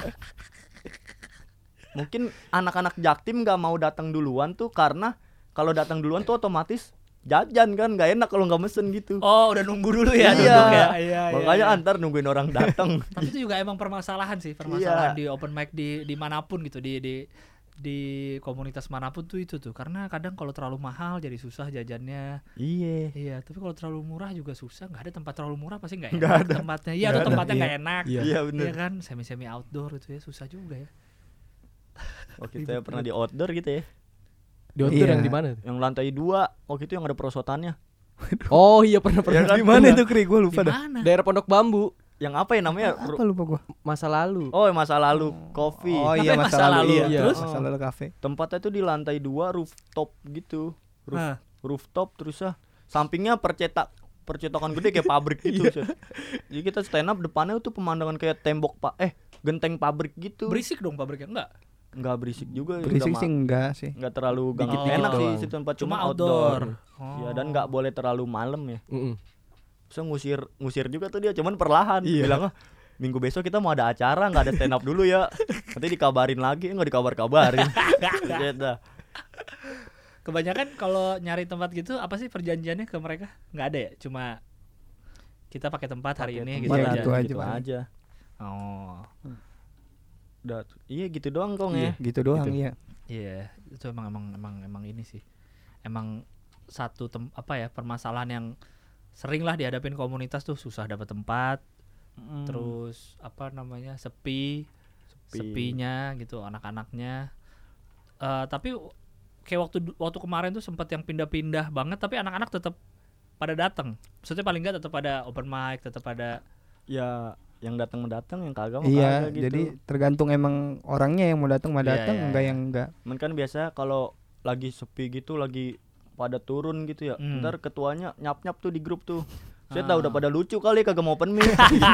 Mungkin anak-anak Jaktim nggak mau datang duluan tuh karena kalau datang duluan tuh otomatis jajan kan nggak enak kalau nggak mesen gitu. Oh, udah nunggu dulu ya, Iya. duduk ya. Iya, Makanya iya. antar nungguin orang datang. Tapi itu juga emang permasalahan sih, permasalahan Iya. di open mic di manapun gitu, di komunitas manapun tuh itu tuh. Karena kadang kalau terlalu mahal jadi susah jajannya. Iya. Iya, tapi kalau terlalu murah juga susah. Nggak ada tempat terlalu murah pasti nggak Nggak enak ada. tempatnya. Iya, atau Nggak ada, tempatnya iya. nggak enak. Iya. Iya Iya bener. kan, semi outdoor itu ya susah juga ya. Waktu kita pernah di outdoor gitu ya. Di outdoor Iya. yang di mana? Yang lantai 2 waktu itu yang ada perosotannya. Oh iya pernah Ya kan? Di mana itu Kri? Gua lupa Di dah. mana? Daerah Pondok Bambu Yang apa ya namanya? Apa lupa gua? masa lalu. Oh, masa lalu coffee. Oh Tapi iya masa masa lalu. lalu. Iya. Terus? Masa lalu kafe. Tempatnya tuh di lantai 2 rooftop gitu. Hah. Rooftop terus sampingnya percetakan gede kayak pabrik gitu. Set. Jadi kita stand up depannya tuh pemandangan kayak tembok genteng pabrik gitu. Berisik dong pabriknya enggak? Enggak berisik juga. Berisik udah sih enggak sih. enggak terlalu gang Dikit-dikit enak sih doang. situ tempat Cuma outdoor. Iya dan enggak boleh terlalu malam ya. Mm-mm. So ngusir juga tuh dia cuman perlahan. Iya. Bilang minggu besok kita mau ada acara nggak ada stand up dulu ya. Nanti dikabarin lagi nggak dikabarin. Gitu. Kebanyakan kalau nyari tempat gitu apa sih perjanjiannya ke mereka? Nggak ada ya, cuma kita pakai tempat hari ini gitu tempat aja. gitu aja, gitu Bang. aja. Oh. Udah, iya gitu doang kong ya. Gitu doang Gitu. iya. Iya, itu emang ini sih. Emang satu permasalahan yang sering lah dihadapin komunitas tuh, susah dapat tempat, terus sepinya gitu anak-anaknya. Tapi kayak waktu kemarin tuh sempat yang pindah-pindah banget, tapi anak-anak tetap pada datang. Maksudnya paling nggak tetap ada open mic, tetap ada. Ya yang datang mendatang yang kagak Iya, kagak gitu. jadi tergantung emang orangnya yang mau datang Iya, datang, iya, enggak iya. yang enggak. Men kan biasa kalau lagi sepi gitu lagi pada turun gitu ya. Ntar ketuanya nyap-nyap tuh di grup tuh. Saya tahu udah pada lucu kali kagak mau open mic. Gitu.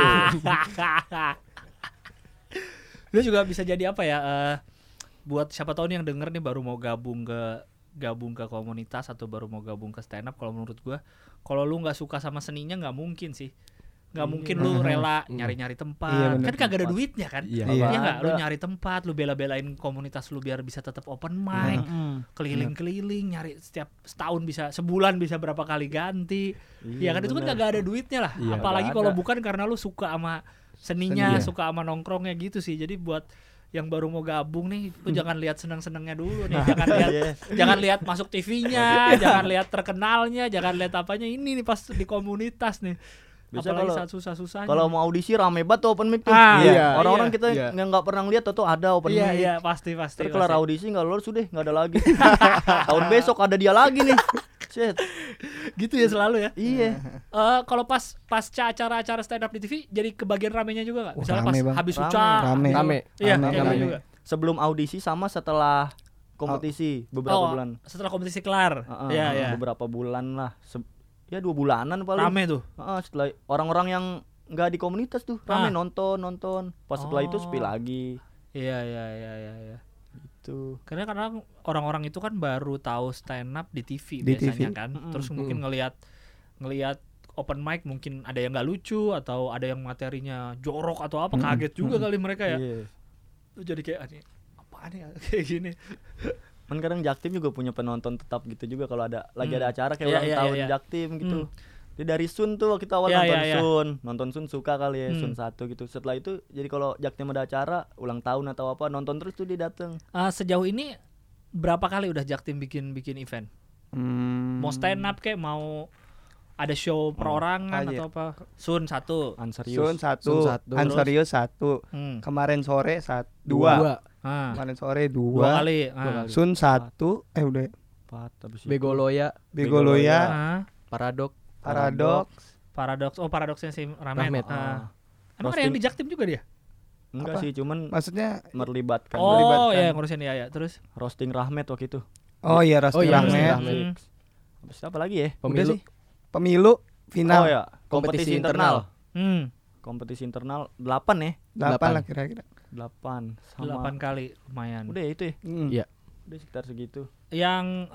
Lu juga bisa jadi apa ya? Buat siapa tahu nih yang denger nih baru mau gabung ke komunitas atau baru mau gabung ke stand up, kalau menurut gua kalau lu nggak suka sama seninya nggak mungkin sih. Nggak mungkin lu rela nyari-nyari tempat. Iya, bener. Kan kagak ada duitnya kan? Iya. Iya. Iya nggak? Lu Ada. nyari tempat, lu bela-belain komunitas lu biar bisa tetap open mic, keliling-keliling nyari setiap setahun bisa, sebulan bisa berapa kali ganti. Iya kan, itu kan bener. kagak ada duitnya lah. Iya, Apalagi nggak kalau ada. bukan karena lu suka sama seninya, Seni, iya. suka sama nongkrongnya gitu sih. Jadi buat yang baru mau gabung nih, lu jangan lihat seneng-senengnya dulu nih, jangan lihat masuk TV-nya, jangan lihat terkenalnya, jangan lihat apanya, ini nih pas di komunitas nih. Bisa Apalagi kalau- saat susah-susahnya. Kalau mau audisi rame banget tuh open mic tuh. Ah, iya, Orang-orang iya, kita iya. yang nggak pernah lihat tuh ada open iya mic. iya pasti Terus kelar pasti. audisi nggak lolos sudah nggak ada lagi. Tahun besok ada dia lagi nih. Shit. Gitu ya selalu ya. Iya. Kalau pasca acara-acara stand up di TV jadi kebagian ramenya juga nggak? Wah, Misalnya rame, pas Bang. habis Rame. uca. Rame. Rame. Iya, Rame, kayak rame. gitu juga. Sebelum audisi sama setelah kompetisi beberapa bulan. Setelah kompetisi kelar. Heeh, Iya iya. Beberapa bulan lah. Ya 2 bulanan paling. Rame tuh. Setelah orang-orang yang nggak di komunitas tuh rame Ah. nonton. Pas setelah itu sepi Oh. lagi. Iya. Gitu. Karena orang-orang itu kan baru tahu stand up di TV Di biasanya TV. kan. Terus mungkin ngelihat open mic mungkin ada yang nggak lucu atau ada yang materinya jorok atau apa, kaget juga kali mereka ya. Iya. Jadi kayak apaan ya kayak gini. Men kadang Jaktim juga punya penonton tetap gitu juga kalau lagi ada acara kayak Iya, ulang iya, tahun iya. Jaktim gitu. Dia dari Sun tuh kita awal Iya, nonton iya, iya. nonton Sun suka kali ya Sun 1 gitu. Setelah itu jadi kalau Jaktim ada acara ulang tahun atau apa nonton terus tuh dia dateng. Sejauh ini berapa kali udah Jaktim bikin event? Mau stand up kayak mau ada show perorangan aja. atau apa? Sun 1. Anserius. Sun 1, Anserius 1. Kemarin sore 2. Kemarin sore 2. 2 kali. Sun 1, udah 4 habis itu. Begoloya, Begoloya, Paradok. Paradox. Paradoksnya si Rahmat. Rahmat. Emang ada yang di Jaktim juga dia? Enggak Apa? sih, cuman Maksudnya melibatkan Oh melibatkan. iya ngurusin ya. Terus roasting Rahmat waktu itu. oh iya Rosti Oh iya, Rahmat. Rosti Rahmat. Habis itu apa lagi ya? Udah Pemilu. sih. Pemilu final Oh ya, kompetisi internal. Kompetisi internal 8 ya? 8 lah kira-kira. 8 sama 8 kali lumayan. Udah ya itu ya. Iya. Udah sekitar segitu. Yang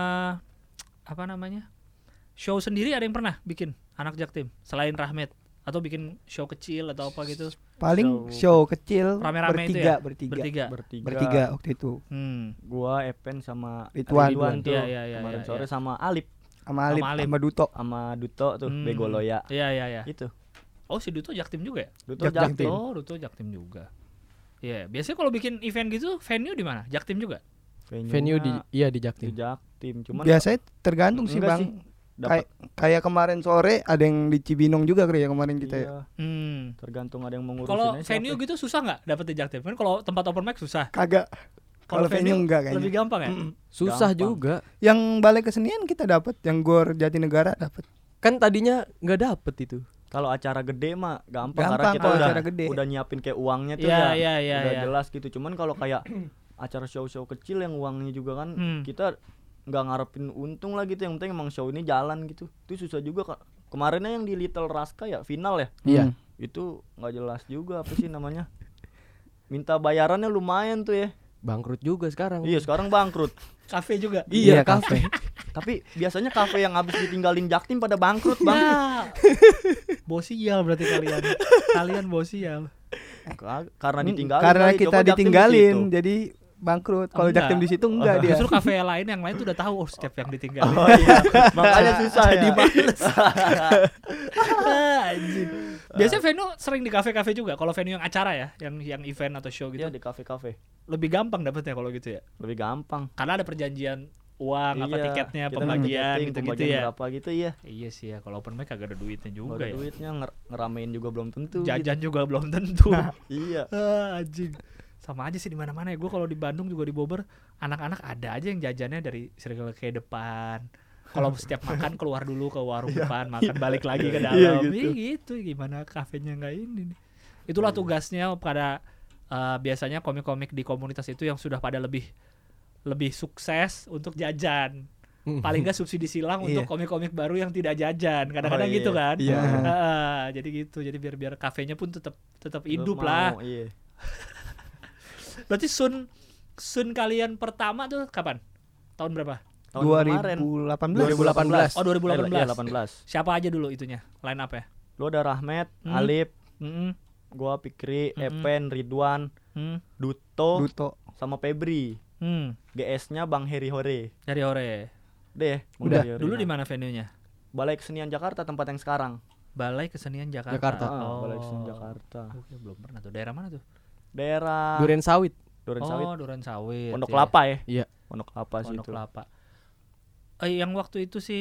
apa namanya? Show sendiri ada yang pernah bikin anak Jaktim selain Rahmat atau bikin show kecil atau apa gitu? Paling show kecil Rame-rame itu ya? bertiga Bertiga. waktu itu. Gua Epen sama Ridwan. tuh. Iya, iya, Kemarin iya, sore iya. sama Alip. sama Alip, Sama Alip. sama Duto. sama Duto tuh, Bego Loya. Iya. Itu. Oh, si Duto Jaktim juga ya? Duto Jaktim. Jaktim. Oh, Duto Jaktim juga. Iya, biasanya kalau bikin event gitu venue di mana? Jaktim juga? Venue di di Jaktim. Jaktim. Cuman Biasanya tergantung sih, enggak Bang. sih, dapat Kayak kemarin sore ada yang di Cibinong juga kayak kemarin kita ya. iya, Hmm. tergantung ada yang mengurusin Kalau aja venue siapa. gitu susah nggak dapet di Jaktim? Kan kalau tempat open mic susah. Kagak. Kalau venue enggak kayaknya. lebih gampang ya? Susah Gampang. juga. Yang Balai Kesenian kita dapat, yang Gor Jatinegara dapat. Kan tadinya nggak dapet itu. Kalau acara gede mah gampang, Gampang karena kita kalau udah acara gede. udah nyiapin kayak uangnya tuh Iya, ya. iya, Udah iya. jelas gitu. Cuman kalau kayak acara show-show kecil yang uangnya juga kan kita nggak ngarepin untung lah gitu, yang penting emang show ini jalan gitu. Itu susah juga Kak. Kemarinnya yang di Little Raska ya final ya. Iya. Itu nggak jelas juga apa sih namanya. Minta bayarannya lumayan tuh ya. Bangkrut juga sekarang. Iya, sekarang bangkrut. Kafe juga. Iya, kafe. Tapi biasanya kafe yang habis ditinggalin Jaktim pada bangkrut, Bang. Ya. Bosial berarti kalian. Kalian bosial. Karena ditinggalin. Karena kali. kita Coba Jaktim di ditinggalin situ. jadi bangkrut. Kalau Enggak. Jaktim di situ enggak dia. Justru kafe lain yang lain tuh udah tahu oh setiap yang ditinggalin. Oh iya, makanya susah ya. Anjing. Biasanya venue sering di kafe-kafe juga. Kalau venue yang acara ya, yang event atau show gitu, Iya, di kafe-kafe. lebih gampang dapetnya kalau gitu ya. Lebih gampang. Karena ada perjanjian uang apa Iya, tiketnya, kita pembagian tiketing, gitu-gitu pembagian ya. berapa gitu iya. Iya sih ya, kalau open mic kagak ada duitnya Nggak juga ada ya. duitnya ngeramein juga belum tentu. Jajan juga belum tentu. Iya. Anjing. Sama aja sih di mana-mana ya. Gue kalau di Bandung juga di Bogor, anak-anak ada aja yang jajannya dari Circle K depan. Kalau setiap makan keluar dulu ke warung depan, makan balik lagi ke dalam. Iya, Iya gitu. Gimana kafenya nggak ini nih. Itulah tugasnya pada biasanya komik-komik di komunitas itu yang sudah pada lebih sukses untuk jajan. Paling nggak subsidi silang untuk Iya. komik-komik baru yang tidak jajan. Kadang-kadang Oh, iya. gitu kan. Iya. Jadi gitu. Jadi biar kafenya pun tetap Belum hidup mau, lah. Iya. Berarti Sun kalian pertama tuh kapan? Tahun berapa? Tahun kemarin 2018. 2018. Oh 2018. Iya, 18. Siapa aja dulu itunya? Line up ya? Lu ada Rahmat, Hmm. Alip, Mm-mm. gua Fikri, Mm-mm. Epen, Ridwan, Hmm. Duto, Duto. sama Febri. GS-nya Bang Heri Hore. Dari Hore. Deh, Bang Udah. Heri Hore. Dulu di mana venue-nya? Balai Kesenian Jakarta, tempat yang sekarang. Balai Kesenian Jakarta. Jakarta. Balai Kesenian Jakarta. Oke, belum pernah tuh. Daerah mana tuh? Daerah Duren Sawit. Duren Sawit. Duren Sawit. Pondok ya. Kelapa ya? Iya. Pondok Kelapa sih Pondok itu. Kelapa. Yang waktu itu si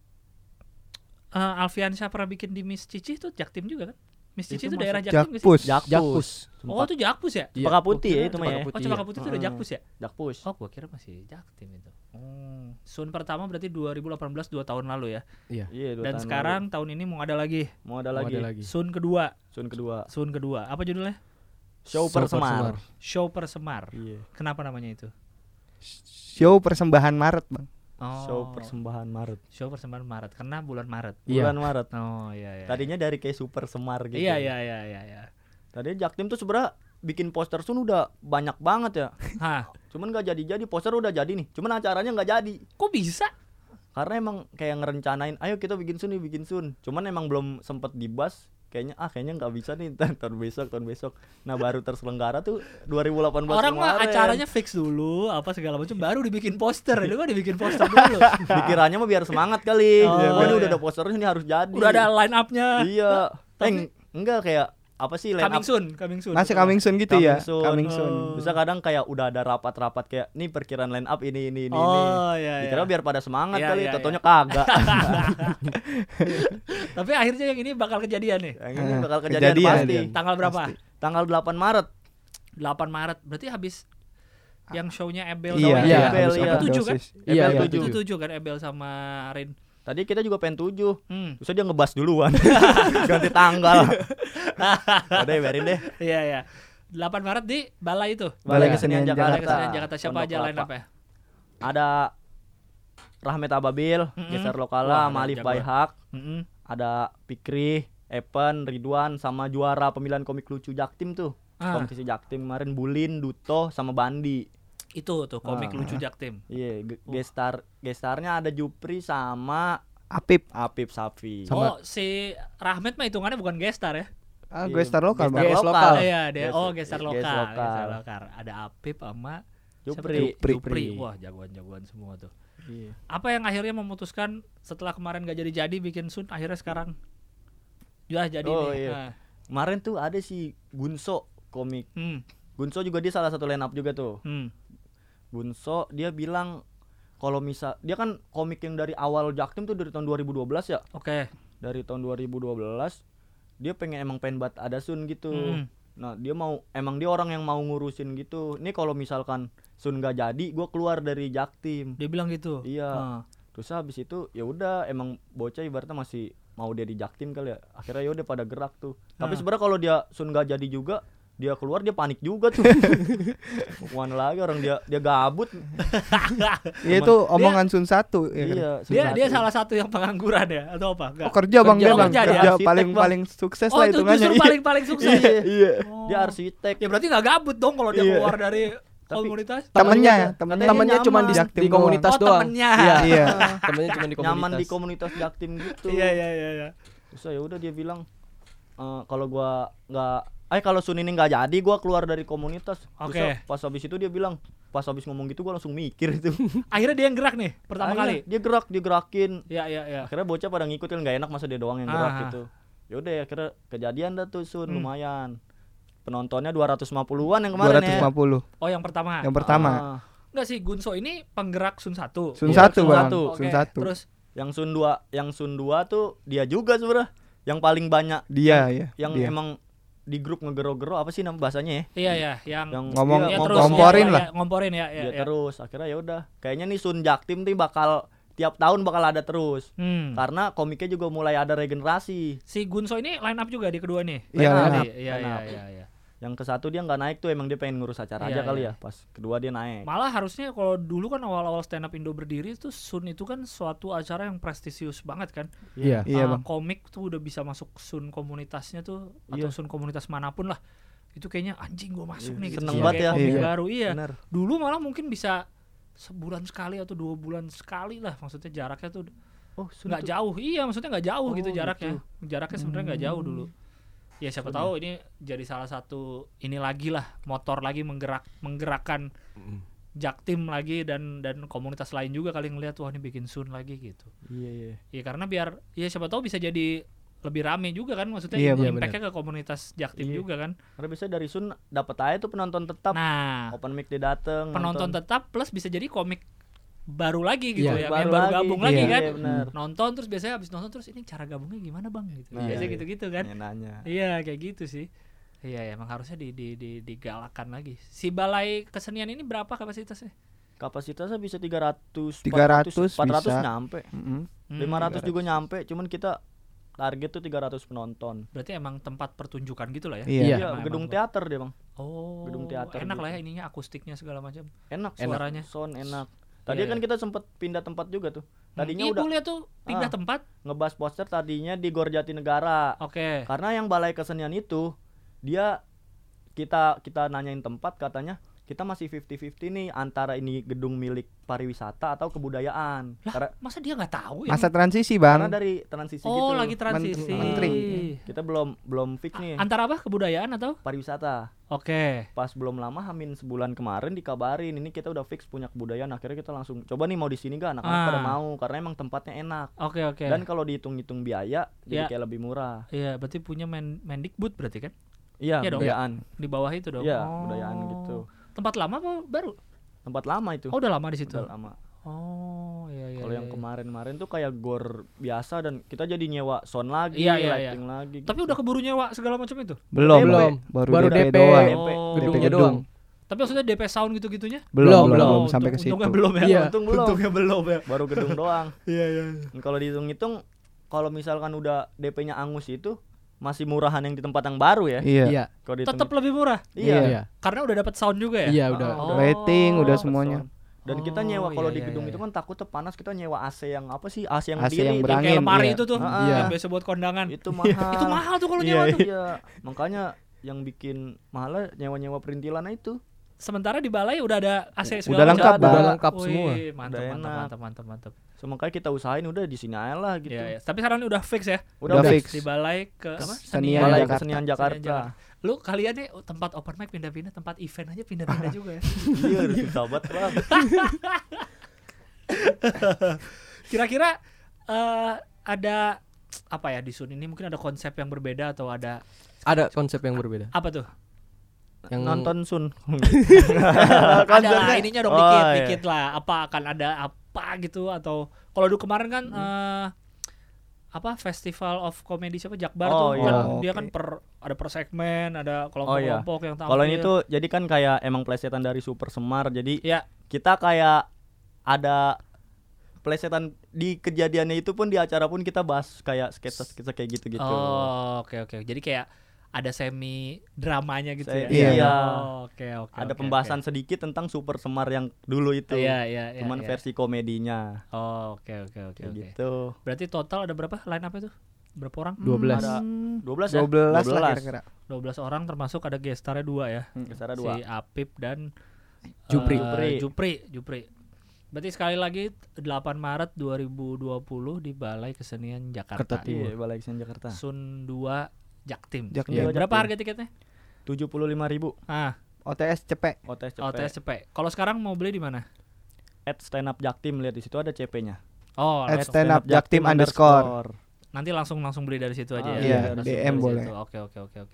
Alfiansyah pernah bikin di Miss Cici itu Jaktim juga kan? Miss Cici Itu itu daerah masuk Jaktim nggak sih? Jakpus. Jakpus. Oh itu Jakpus ya? Cempaka Putih ya itu mah ya. Cempaka Oh Cempaka Putih itu udah Iya. Jakpus ya? Jakpus. Oh gua kira masih Jaktim itu. Sun pertama berarti 2018 2 tahun lalu ya. Iya. Iya, 2 Dan tahun sekarang tahun ini mau ada lagi. lalu. mau ada Mau lagi. ada lagi. Sun kedua. Sun kedua. Apa judulnya? Show Persemar. Show Persemar. Iya. Kenapa namanya itu? Show persembahan Maret, Bang. Oh, Show persembahan Maret. Show Persembahan Maret karena bulan Maret. Iya. Bulan Maret. Oh iya iya. Tadinya dari kayak Super Semar gitu. Iya iya iya iya. Tadinya Jaktim tuh sebenarnya bikin poster Sun udah banyak banget ya. Hah, Cuman gak jadi-jadi, poster udah jadi nih. Cuman acaranya nggak jadi. kok bisa? Karena emang kayak ngerencanain, ayo kita bikin Sun nih, bikin Sun. Cuman emang belum sempet dibahas. Kayaknya nggak bisa nih tahun besok. Nah baru terselenggara tuh 2018 Orang mah kemarin. acaranya fix dulu, apa segala macam, baru dibikin poster. Itu kan dibikin poster dulu. Dikiranya mah biar semangat kali. Oh, Oh, ini iya. udah ada posternya, ini harus jadi. Udah ada line up-nya. Iya. Tapi- Enggak kayak apa sih line Coming up soon. Masih coming soon gitu ya. Coming soon. Coming soon. Bisa kadang kayak udah ada rapat-rapat kayak nih perkiraan line up ini. Oh iya. Dikira biar pada semangat Iya, kali, iya, totonya kagak. Tapi akhirnya yang ini bakal kejadian nih. Yang ini bakal kejadian Kejadian, pasti. kejadian. Tanggal berapa? Tanggal 8 Maret. 8 Maret. Berarti habis yang show-nya Ebel Iya, sama iya, Rin. Ebel, habis iya. overdosis. Tujuh kan? Iya, Ebel iya. tujuh. Itu 7 kan Ebel sama Rin. Tadi kita juga pengen 7. Hmm. Terus dia ngebas duluan. Ganti tanggal. Udah biarin deh. Iya iya. 8 Maret di Balai itu. Balai Iya. Kesenian Balai Jakarta. Balai Kesenian Jakarta. Siapa Pondok aja line Kelapa. up ya? Ada Rahmat Ababil, Mm-mm. Geser Wah, Lokala, ada Malif jagoan. Baihak, Mm-mm. ada Fikri, Epen, Ridwan, sama juara pemilihan komik lucu Jaktim tuh. Kompetisi Jaktim kemarin Bulin, Duto, sama Bandi. Itu tuh komik lucu Jaktim. Iya, gestarnya ada Jupri sama Apip. Apip Safi. Sama- Oh, si Rahmat mah hitungannya bukan gestar ya? Gue star lokal, Gestar Bang. Ges lokal. lokal. Iya, dia. Ges- Oh, gestar ges lokal. lokal. Gestar lokal. Ada Apip sama Jupri. siapa tuh? Jupri. Wah, jagoan-jagoan semua tuh. Iya. Apa yang akhirnya memutuskan setelah kemarin gak jadi bikin Sun, akhirnya sekarang jadi Oh, nih. iya. Nah. Kemarin tuh ada si Gunso komik. Gunso juga dia salah satu line up juga tuh. Gunso dia bilang kalau misal dia kan komik yang dari awal Jaktim tuh dari tahun 2012 ya. Oke. Dari tahun 2012 dia emang pengen buat ada Sun gitu. Nah dia emang dia orang yang mau ngurusin gitu. Ini kalau misalkan Sun gak jadi, gue keluar dari Jaktim. Dia bilang gitu. Iya. Terus habis itu ya udah emang bocah ibaratnya masih mau dia di Jaktim kali ya. Akhirnya ya udah pada gerak tuh. Tapi sebenarnya kalau dia Sun gak jadi juga, dia keluar dia panik juga tuh. Mana lagi orang dia gabut. Iya itu omongan Sun 1 ya. Iya. Dia salah satu yang pengangguran ya atau apa? Enggak. Oh kerja Bang dia Bang. kerja dia. Kerja Arsitek, paling Bang. paling sukses Oh lah itu hitungannya. justru paling sukses. Iya. Oh. Dia arsitek. Ya berarti nggak gabut dong kalau dia Iya. keluar dari Tapi- komunitas. Temennya Temennya cuma di Jaktim doang. komunitas Oh, doang. temennya. Iya. Temennya cuma di komunitas. Nyaman di komunitas Jaktim gitu. Iya. Terus ya udah dia bilang kalau gua kalau Sun ini nggak jadi gua keluar dari komunitas. Terus Oke. pas habis itu dia bilang, pas habis ngomong gitu gua langsung mikir itu. Akhirnya dia yang gerak nih pertama Akhirnya kali. dia gerakin. Iya. Akhirnya bocah pada ngikutin, nggak enak masa dia doang yang gerak Ah. gitu. Ya udah akhirnya kejadian dah tuh Sun lumayan. Penontonnya 250-an yang kemarin ya. 250 Oh yang pertama. yang pertama. Enggak sih, Gunso ini penggerak Sun 1. Sun Iya, 1 Sun Bang. 1. Sun Oke, 1. Terus Yang Sun 2 tuh dia juga sebenarnya. Yang paling banyak Dia ya. yang dia. emang di grup ngegero-gero apa sih nama bahasanya ya? iya yang Ngomong- iya, dia terus, ngomporin iya, lah. iya, ngomporin ya. Dia terus akhirnya ya udah. Kayaknya nih Sun Jaktim tuh bakal tiap tahun bakal ada terus. Karena komiknya juga mulai ada regenerasi. Si Gunso ini line up juga di kedua nih. Iya, Line up. line up. Iya. Yang ke satu dia nggak naik tuh, emang dia pengen ngurus acara Iya, aja kali iya. ya. Pas kedua dia naik. Malah harusnya kalau dulu kan awal-awal stand up Indo berdiri itu Sun itu kan suatu acara yang prestisius banget kan. Iya. Iya, Bang. Komik tuh udah bisa masuk Sun komunitasnya tuh atau Iya. Sun komunitas manapun lah. Itu kayaknya anjing gua masuk Iya, nih gitu. seneng Kayak banget ya. komik Iya. baru iya. Bener. Dulu malah mungkin bisa sebulan sekali atau 2 bulan sekali lah, maksudnya jaraknya tuh Oh, Sun nggak tuh- jauh. Iya, maksudnya nggak jauh Oh, gitu jaraknya. Jaraknya sebenarnya nggak jauh dulu. Ya siapa Sun tahu ini jadi salah satu ini lagi lah, motor lagi menggerakkan Jaktim lagi dan komunitas lain juga kali ngelihat wah ini bikin Sun lagi gitu. Iya. Ya karena biar ya siapa tahu bisa jadi lebih rame juga kan, maksudnya Iya, impact-nya ke komunitas Jaktim Iya. juga kan. Karena biasanya dari Sun dapat aja tuh penonton tetap. Nah, Open mic dia dateng. penonton nonton. tetap plus bisa jadi komik baru lagi gitu Iya, ya, yang baru gabung lagi Iya. kan. Iya, bener. Nonton terus biasanya habis nonton terus ini cara gabungnya gimana Bang gitu. Nah, Biasanya iya. gitu-gitu kan. Nanya. Iya kayak gitu sih. Iya emang harusnya digalakan lagi. Si balai kesenian ini berapa kapasitasnya? Kapasitasnya bisa 300, 300 400 bisa. nyampe. Mm-mm. 500 juga nyampe, cuman kita target tuh 300 penonton. Berarti emang tempat pertunjukan gitu lah ya. Iya. Iya. Emang- Gedung emang- teater dia, Bang. Oh. gedung teater enak gitu. lah ya ininya, akustiknya segala macam. Enak Suaranya. sound enak. Tadi Iya, kan iya. kita sempet pindah tempat juga tuh. Tadinya Iya, udah gua lihat tuh pindah Ah. tempat. ngebahas poster tadinya di Gor Jatinegara. Oke. Karena yang balai kesenian itu dia kita nanyain tempat, katanya kita masih 50-50 nih antara ini gedung milik pariwisata atau kebudayaan. Lah, Karena, masa dia nggak tahu ya? Masa transisi karena Bang. dari transisi Oh, gitu. lagi transisi. Menteri. Kita belum fix nih Antara apa? Kebudayaan atau? pariwisata. Oke. Pas belum lama Hamin sebulan kemarin dikabarin ini kita udah fix punya kebudayaan. Akhirnya kita langsung coba nih mau di sini gak, anak-anak pada mau karena emang tempatnya enak. Oke, oke. Dan kalau dihitung-hitung biaya Ya. jadi kayak lebih murah. Iya, berarti punya Mendikbud berarti kan? Iya, Iya dong. budayaan. Di bawah itu dong. Iya, Oh. budayaan gitu. Tempat lama apa baru? Tempat lama itu. Oh, udah lama di situ. Udah lama. Oh, iya iya. Kalau iya, yang iya. kemarin-kemarin tuh kayak gor biasa dan kita jadi nyewa sound lagi, Iya, iya, lighting lagi. Tapi udah keburu nyewa segala macam itu. Belum, Belum. Baru Baru DP DP. doang. DP. Oh. Gedungnya gedung. doang. Tapi maksudnya DP sound gitu-gitunya? Belum, Belum. belum Oh, sampai ke situ. untungnya belum ya. Iya. Untung belum. Untungnya belum ya. Baru gedung doang. Iya, iya. Dan kalau dihitung-hitung kalau misalkan udah DP-nya angus itu masih murahan yang di tempat yang baru ya. Iya. Iya. Kalau dihitung- Tetap lebih murah Iya. Iya. karena udah dapat sound juga ya. Iya, udah. Oh. Rating udah Dapat semuanya. sound. Dan kita Oh, nyewa kalau iya, di iya, gedung iya. itu kan takutnya panas, kita nyewa AC yang apa sih? AC yang AC berdiri yang itu. berangin. Kayak lemari iya. itu tuh, Iya. yang biasa buat kondangan. Itu mahal. Itu mahal tuh kalau Iya, nyewa tuh. Iya, makanya yang bikin mahal nyewa-nyewa perintilan itu. Sementara di balai udah ada AC Udah segala lengkap, macam. Bang. Udah lengkap Wih, semua. Mantap, Udah mantap, enak. mantap, mantap, mantap. So, makanya kita usahain udah di sini aja lah gitu. Iya, iya. Tapi sekarang udah fix ya. Udah fix. Di balai ke apa? Senian Balai Jakarta. Kesenian Jakarta. Lu kalian nih tempat open mic pindah-pindah, tempat event aja pindah-pindah juga ya. Iya, udah susah banget, Bang. Kira-kira ada apa ya di Sun ini, mungkin ada konsep yang berbeda atau ada Ada konsep yang berbeda. apa tuh? Yang Nonton Sun. Ada lah ininya dong, Oh, dikit lah. Apa akan ada apa gitu, atau kalau dulu kemarin kan apa Festival of Comedy siapa Jakbar Oh, tuh iya. kan Oh, dia oke. kan ada per segmen, ada Oh iya. kelompok-kelompok yang tampil. Kalau ini tuh jadi kan kayak emang plesetan dari Super Semar. Jadi ya kita kayak ada plesetan di kejadiannya itu pun, di acara pun kita bahas kayak sketsa-sketsa kayak gitu-gitu. Oh, oke. Jadi kayak ada semi dramanya gitu ya. Iya. Oh, oke. Ada pembahasan sedikit tentang Super Semar yang dulu itu. Iya. Cuman versi komedinya. Oh, oke. Kayak gitu. Berarti total ada berapa line up itu? Berapa orang? 12. Ada 12 ya? 12 lah kira-kira. 12 orang, termasuk ada gestarnya 2 ya. Gestarnya Si 2. Apip dan Jupri. Jupri. Berarti sekali lagi 8 Maret 2020 di Balai Kesenian Jakarta. Iya, Balai Kesenian Jakarta. Sun 2 Jaktim. Jaktim. Iya, berapa Jaktim. harga tiketnya? 75.000 OTS cepet. OTS CP. OTS CP. Kalau sekarang mau beli di mana? @stand up Jaktim, lihat di situ ada CP-nya. Oh, At langsung. stand up Jaktim _ Nanti langsung beli dari situ aja ya. Iya, Langsung DM dari boleh. situ. Oke.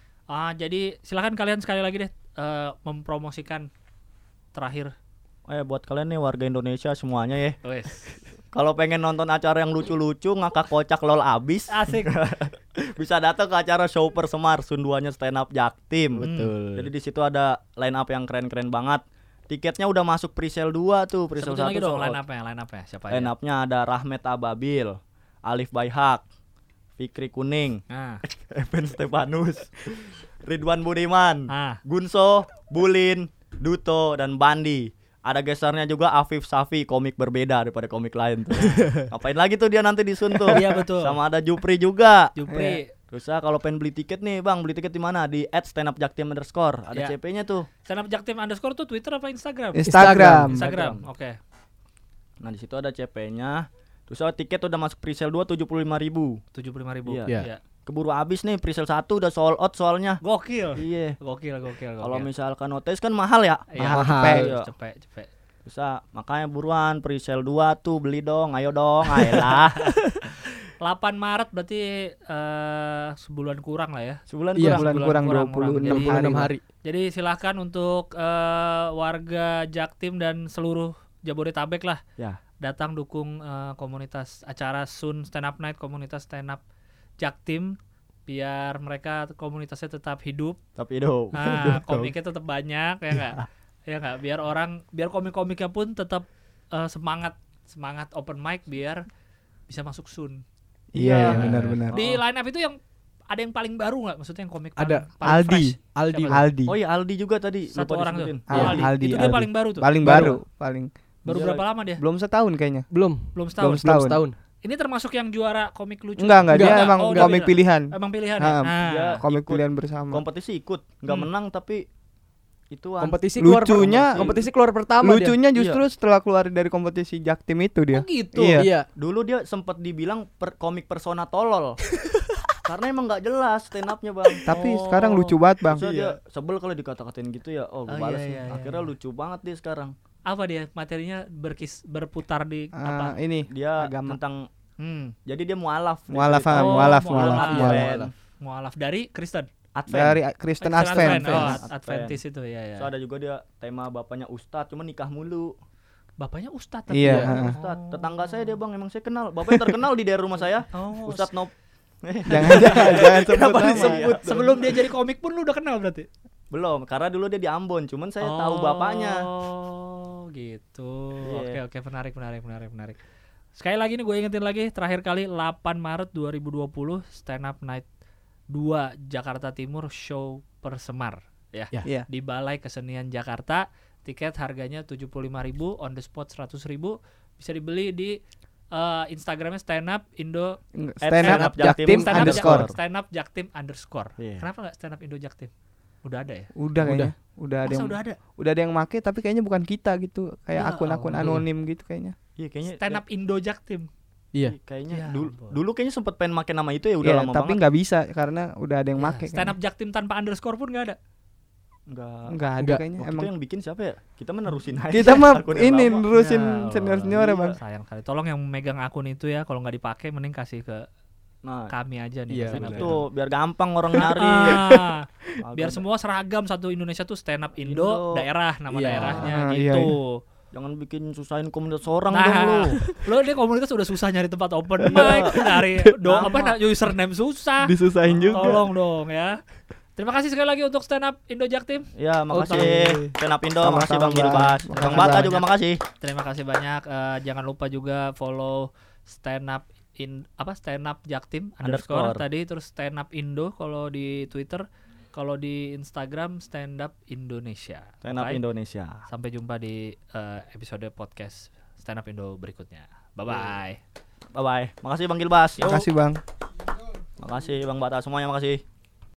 Jadi silakan kalian sekali lagi deh mempromosikan terakhir. Buat kalian nih warga Indonesia semuanya ya. Wes. Kalau pengen nonton acara yang lucu-lucu, ngakak kocak lol abis, Asik. bisa datang ke acara Super Semar Sun 2-nya Stand Up Jaktim. Betul. Jadi di situ ada line up yang keren-keren banget. Tiketnya udah masuk pre-sale 2 tuh, pre-sale Sebutin 1 lagi dong sold out. line up-nya. Siapa Line aja? up-nya ada Rahmat Ababil, Alif Baihak, Fikri Kuning, Nah. Evan Stefanus, Ridwan Budiman, Ah. Gunso, Bulin, Duto, dan Bandi. Ada gesernya juga Afif Safi, komik berbeda daripada komik lain tuh. Ngapain lagi tuh dia nanti di Sun tuh? Iya, betul. Sama ada Jupri juga. Jupri. Terus kalau pengen beli tiket nih, Bang, beli tiket di mana? Di @standupjaktim_. Ada Iya. CP-nya tuh. Stand up Jaktim _ tuh Twitter apa Instagram? Instagram. Oke. Nah, di situ ada CP-nya. Terus tiket udah masuk pre-sale 2 75.000. 75.000. Iya. Iya. Keburu habis nih, pre-sale 1 udah sold out soalnya. Gokil. Iya. Gokil. Kalau misalkan OTS kan mahal ya. Iya, mahal. cepet. Bisa, makanya buruan pre-sale 2 tuh beli dong, ayo dong, ayolah. 8 Maret berarti sebulan kurang lah ya. Sebulan Iya, kurang. Bulan kurang kurang. 26 hari. 26 hari. Jadi silakan untuk warga Jaktim dan seluruh Jabodetabek lah Ya. datang dukung komunitas acara Sun Stand Up Night, komunitas stand up Jaktim, biar mereka komunitasnya tetap hidup. Tapi hidup. Nah, komiknya tetap banyak ya enggak? Ya enggak, biar komik-komiknya pun tetap semangat open mic biar bisa masuk Sun. Iya, benar-benar. Di line up itu yang ada yang paling baru nggak? Maksudnya yang komik Ada. paling Aldi. fresh? Aldi. Siapa? Aldi. Oh iya, Aldi juga tadi. Satu lupa orang tuh. disebutin. Oh, Iya, Aldi. Aldi, Itu dia Aldi. paling baru tuh. Paling Baru. baru. Baru Dia berapa lama dia? Belum setahun kayaknya. Belum Belum setahun. setahun. Ini termasuk yang juara komik lucu? Enggak, dia Enggak. emang Oh, dia komik beda. pilihan. Emang pilihan Ah, ya? dia Komik ikut pilihan bersama. Kompetisi ikut, nggak menang tapi ituan. kompetisi Lucunya- kompetisi keluar pertama dia. Lucunya justru setelah keluar dari kompetisi Jaktim itu dia. Oh gitu. Iya. Iya. Dulu dia sempat dibilang komik persona tolol. Karena emang nggak jelas stand up-nya, Bang. Tapi sekarang lucu banget, Bang. Terus dia sebel kalau dikata-katain gitu ya. Oh, Oh, gue balas iya, nih. iya, Akhirnya iya. lucu banget dia sekarang. Apa dia materinya berputar di apa? Ini Dia agama. tentang Hmm. jadi dia mualaf. Mualaf, Dia cerita. mualaf. Mualaf dari Kristen. Advent. Dari Kristen Advent. Oh, Advent. Adventis itu ya ya. So ada juga dia tema bapaknya Ustadz, cuma nikah mulu. Bapaknya Ustadz tapi Iya, ya? heeh. Ustadz, tetangga saya dia, Bang, emang saya kenal. Bapaknya terkenal di daerah rumah saya. Oh, Ustadz Nop. Jangan sebut Kenapa nama. disebut? sebelum dia jadi komik pun lu udah kenal berarti? Belum, karena dulu dia di Ambon, cuman saya tahu bapaknya. Oh, gitu. Iya. Oke, menarik. Sekali lagi nih gue ingetin lagi, terakhir kali 8 Maret 2020 Stand Up Night 2 Jakarta Timur Show Persemar ya. Iya. Di Balai Kesenian Jakarta. Tiket harganya 75.000, on the spot 100.000. Bisa dibeli di Instagramnya Stand Up Indo Stand up Jaktim Jaktim underscore. Stand Up Jaktim underscore. Iya. Kenapa nggak Stand Up Indo Jaktim? Udah ada ya? Udah kayaknya. Udah ada Masa yang udah ada? udah ada yang make tapi kayaknya bukan kita gitu. Kayak Ya akun-akun Allah. anonim gitu kayaknya. Iya, kayaknya Stand Up Indo Jaktim. Iya. kayaknya Ya dulu ampun. dulu kayaknya sempat pengen make nama itu ya, udah Iya, lama tapi banget. nggak bisa karena udah ada yang make. Stand Up Jaktim tanpa underscore pun nggak ada. Enggak ada Enggak. kayaknya Waktu itu emang. yang bikin siapa ya? Kita menerusin aja. Kita mah akun yang ini lama. nerusin Ya, senior-senior iya. Bang. Sayang sekali. Tolong yang megang akun itu ya, kalau nggak dipakai mending kasih ke Nah, kami aja nih. Iya, stand up benar. Indo. itu biar gampang orang nyari. Ah, biar Agak- semua seragam satu Indonesia tuh stand up Indo, Indo. daerah nama Iya. daerahnya Ah, iya, gitu. Jangan bikin susahin komunitas orang dong lu. Nah, lo ini komunitas udah susah nyari tempat open mic, dari username susah. Disusahin juga. Tolong dong ya. Terima kasih sekali lagi untuk stand up Indo Jaktim. Ya, makasih. Oke. Stand up Indo, Sama-sama, makasih Bang Bang. Gilbas. Makasih Bang Bata banyak. juga makasih. Terima kasih banyak. Jangan lupa juga follow stand up stand up Jaktim _ tadi, terus stand up Indo kalau di Twitter, kalau di Instagram stand up Indonesia. Stand up Oke? Indonesia. Sampai jumpa di episode podcast stand up Indo berikutnya. Bye bye. Bye bye. Makasih Bang Gilbas. Makasih Bang. Makasih Bang Bata semuanya, makasih.